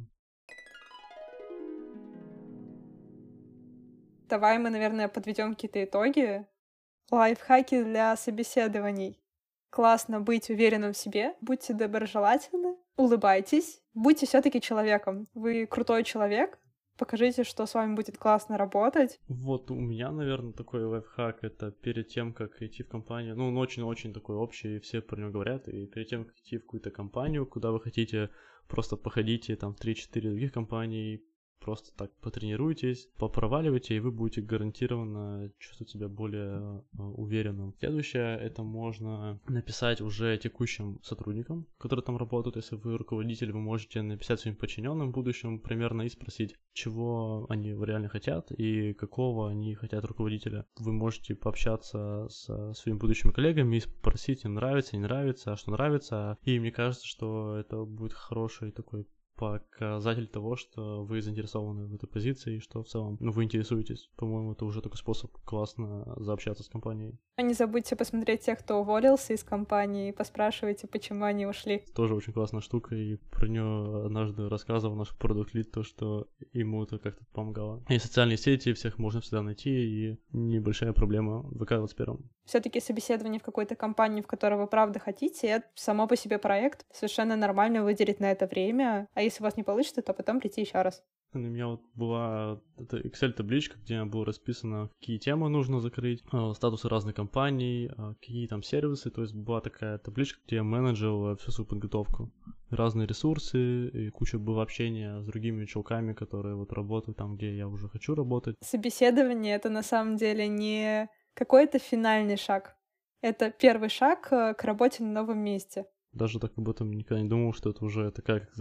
Давай мы, наверное, подведем какие-то итоги. Лайфхаки для собеседований. Классно быть уверенным в себе, будьте доброжелательны, улыбайтесь, будьте все-таки человеком. Вы крутой человек, покажите, что с вами будет классно работать. Вот у меня, наверное, такой лайфхак, это перед тем, как идти в компанию, ну, он очень-очень такой общий, и все про него говорят, и перед тем, как идти в какую-то компанию, куда вы хотите, просто походите там в три-четыре других компаний, просто так потренируйтесь, попроваливайте, и вы будете гарантированно чувствовать себя более э, уверенным. Следующее, это можно написать уже текущим сотрудникам, которые там работают. Если вы руководитель, вы можете написать своим подчиненным в будущем примерно и спросить, чего они реально хотят и какого они хотят руководителя. Вы можете пообщаться со своими будущими коллегами и спросить, им нравится, не нравится, а что нравится. И мне кажется, что это будет хороший такой показатель того, что вы заинтересованы в этой позиции и что в целом ну, вы интересуетесь. По-моему, это уже такой способ классно заобщаться с компанией. Не забудьте посмотреть тех, кто уволился из компании, и поспрашивайте, почему они ушли. Тоже очень классная штука, и про нее однажды рассказывал наш продукт-лид, то, что ему это как-то помогало. И социальные сети, всех можно всегда найти, и небольшая проблема в вэ ка двадцать один. Все-таки собеседование в какой-то компании, в которой вы правда хотите, это само по себе проект. Совершенно нормально выделить на это время, а если у вас не получится, то потом прийти еще раз. У меня вот была эта Excel-табличка, где было расписано, какие темы нужно закрыть, статусы разных компаний, какие там сервисы. То есть была такая табличка, где я менеджил всю свою подготовку. Разные ресурсы, и куча было общения с другими чуваками, которые вот работают там, где я уже хочу работать. Собеседование — это на самом деле не какой-то финальный шаг. Это первый шаг к работе на новом месте. Даже так об этом никогда не думал, что это уже такая, как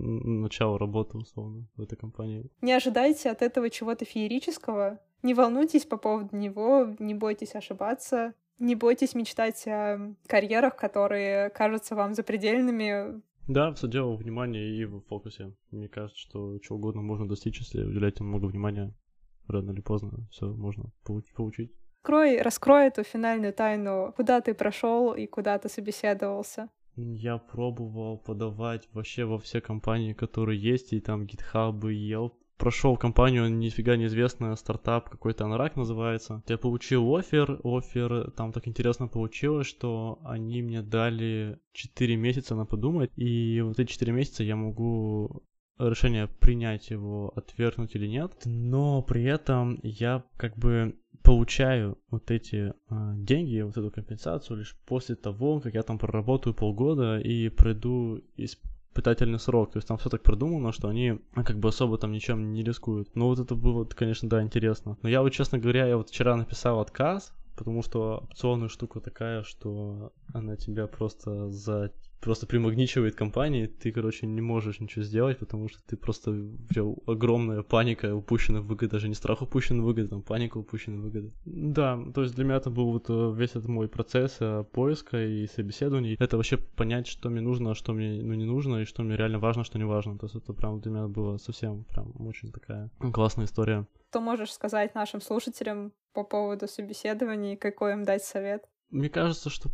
начало работы, условно, в этой компании. Не ожидайте от этого чего-то феерического. Не волнуйтесь по поводу него, не бойтесь ошибаться, не бойтесь мечтать о карьерах, которые кажутся вам запредельными. Да, все дело в внимании и в фокусе. Мне кажется, что чего угодно можно достичь, если уделять ему много внимания. Рано или поздно все можно получить. Раскрой, раскрой эту финальную тайну, куда ты прошел и куда ты собеседовался. Я пробовал подавать вообще во все компании, которые есть, и там GitHub, и Yelp. Прошел компанию, нифига неизвестная, стартап, какой-то Анрак называется. Я получил оффер, оффер там так интересно получилось, что они мне дали четыре месяца на подумать, и вот эти четыре месяца я могу решение принять его, отвергнуть или нет, но при этом я как бы получаю вот эти а, деньги, вот эту компенсацию лишь после того, как я там проработаю полгода и пройду испытательный срок. То есть там все так продумано, что они как бы особо там ничем не рискуют. Но вот это было, конечно, да, интересно. Но я вот, честно говоря, я вот вчера написал отказ, потому что опционная штука такая, что она тебя просто за... просто примагничивает компании, ты, короче, не можешь ничего сделать, потому что ты просто... У тебя огромная паника, упущенная выгода, даже не страх упущенной выгоды, там паника упущенной выгоды. Да, то есть для меня это был вот весь этот мой процесс поиска и собеседований. Это вообще понять, что мне нужно, а что мне ну, не нужно, и что мне реально важно, что не важно. То есть это прям для меня было совсем прям очень такая классная история. Что можешь сказать нашим слушателям по поводу собеседований, какой им дать совет? Мне кажется, что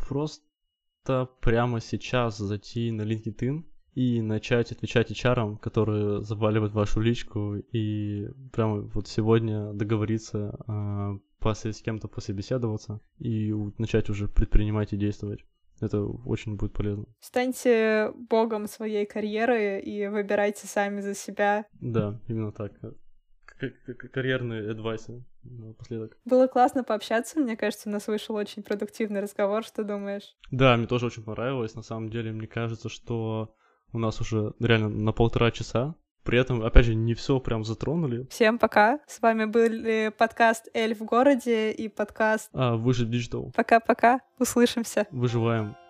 просто прямо сейчас зайти на LinkedIn и начать отвечать эйч ар, которые заваливают вашу личку, и прямо вот сегодня договориться э, пос- с кем-то пособеседоваться и начать уже предпринимать и действовать. Это очень будет полезно. Станьте богом своей карьеры и выбирайте сами за себя. Да, именно так. Карьерные адвайсы напоследок. Было классно пообщаться, мне кажется, у нас вышел очень продуктивный разговор, что думаешь? Да, мне тоже очень понравилось, на самом деле, мне кажется, что у нас уже реально на полтора часа, при этом, опять же, не все прям затронули. Всем пока, с вами был подкаст «Эльф в городе» и подкаст А, Выжить Digital. Пока-пока, услышимся. Выживаем.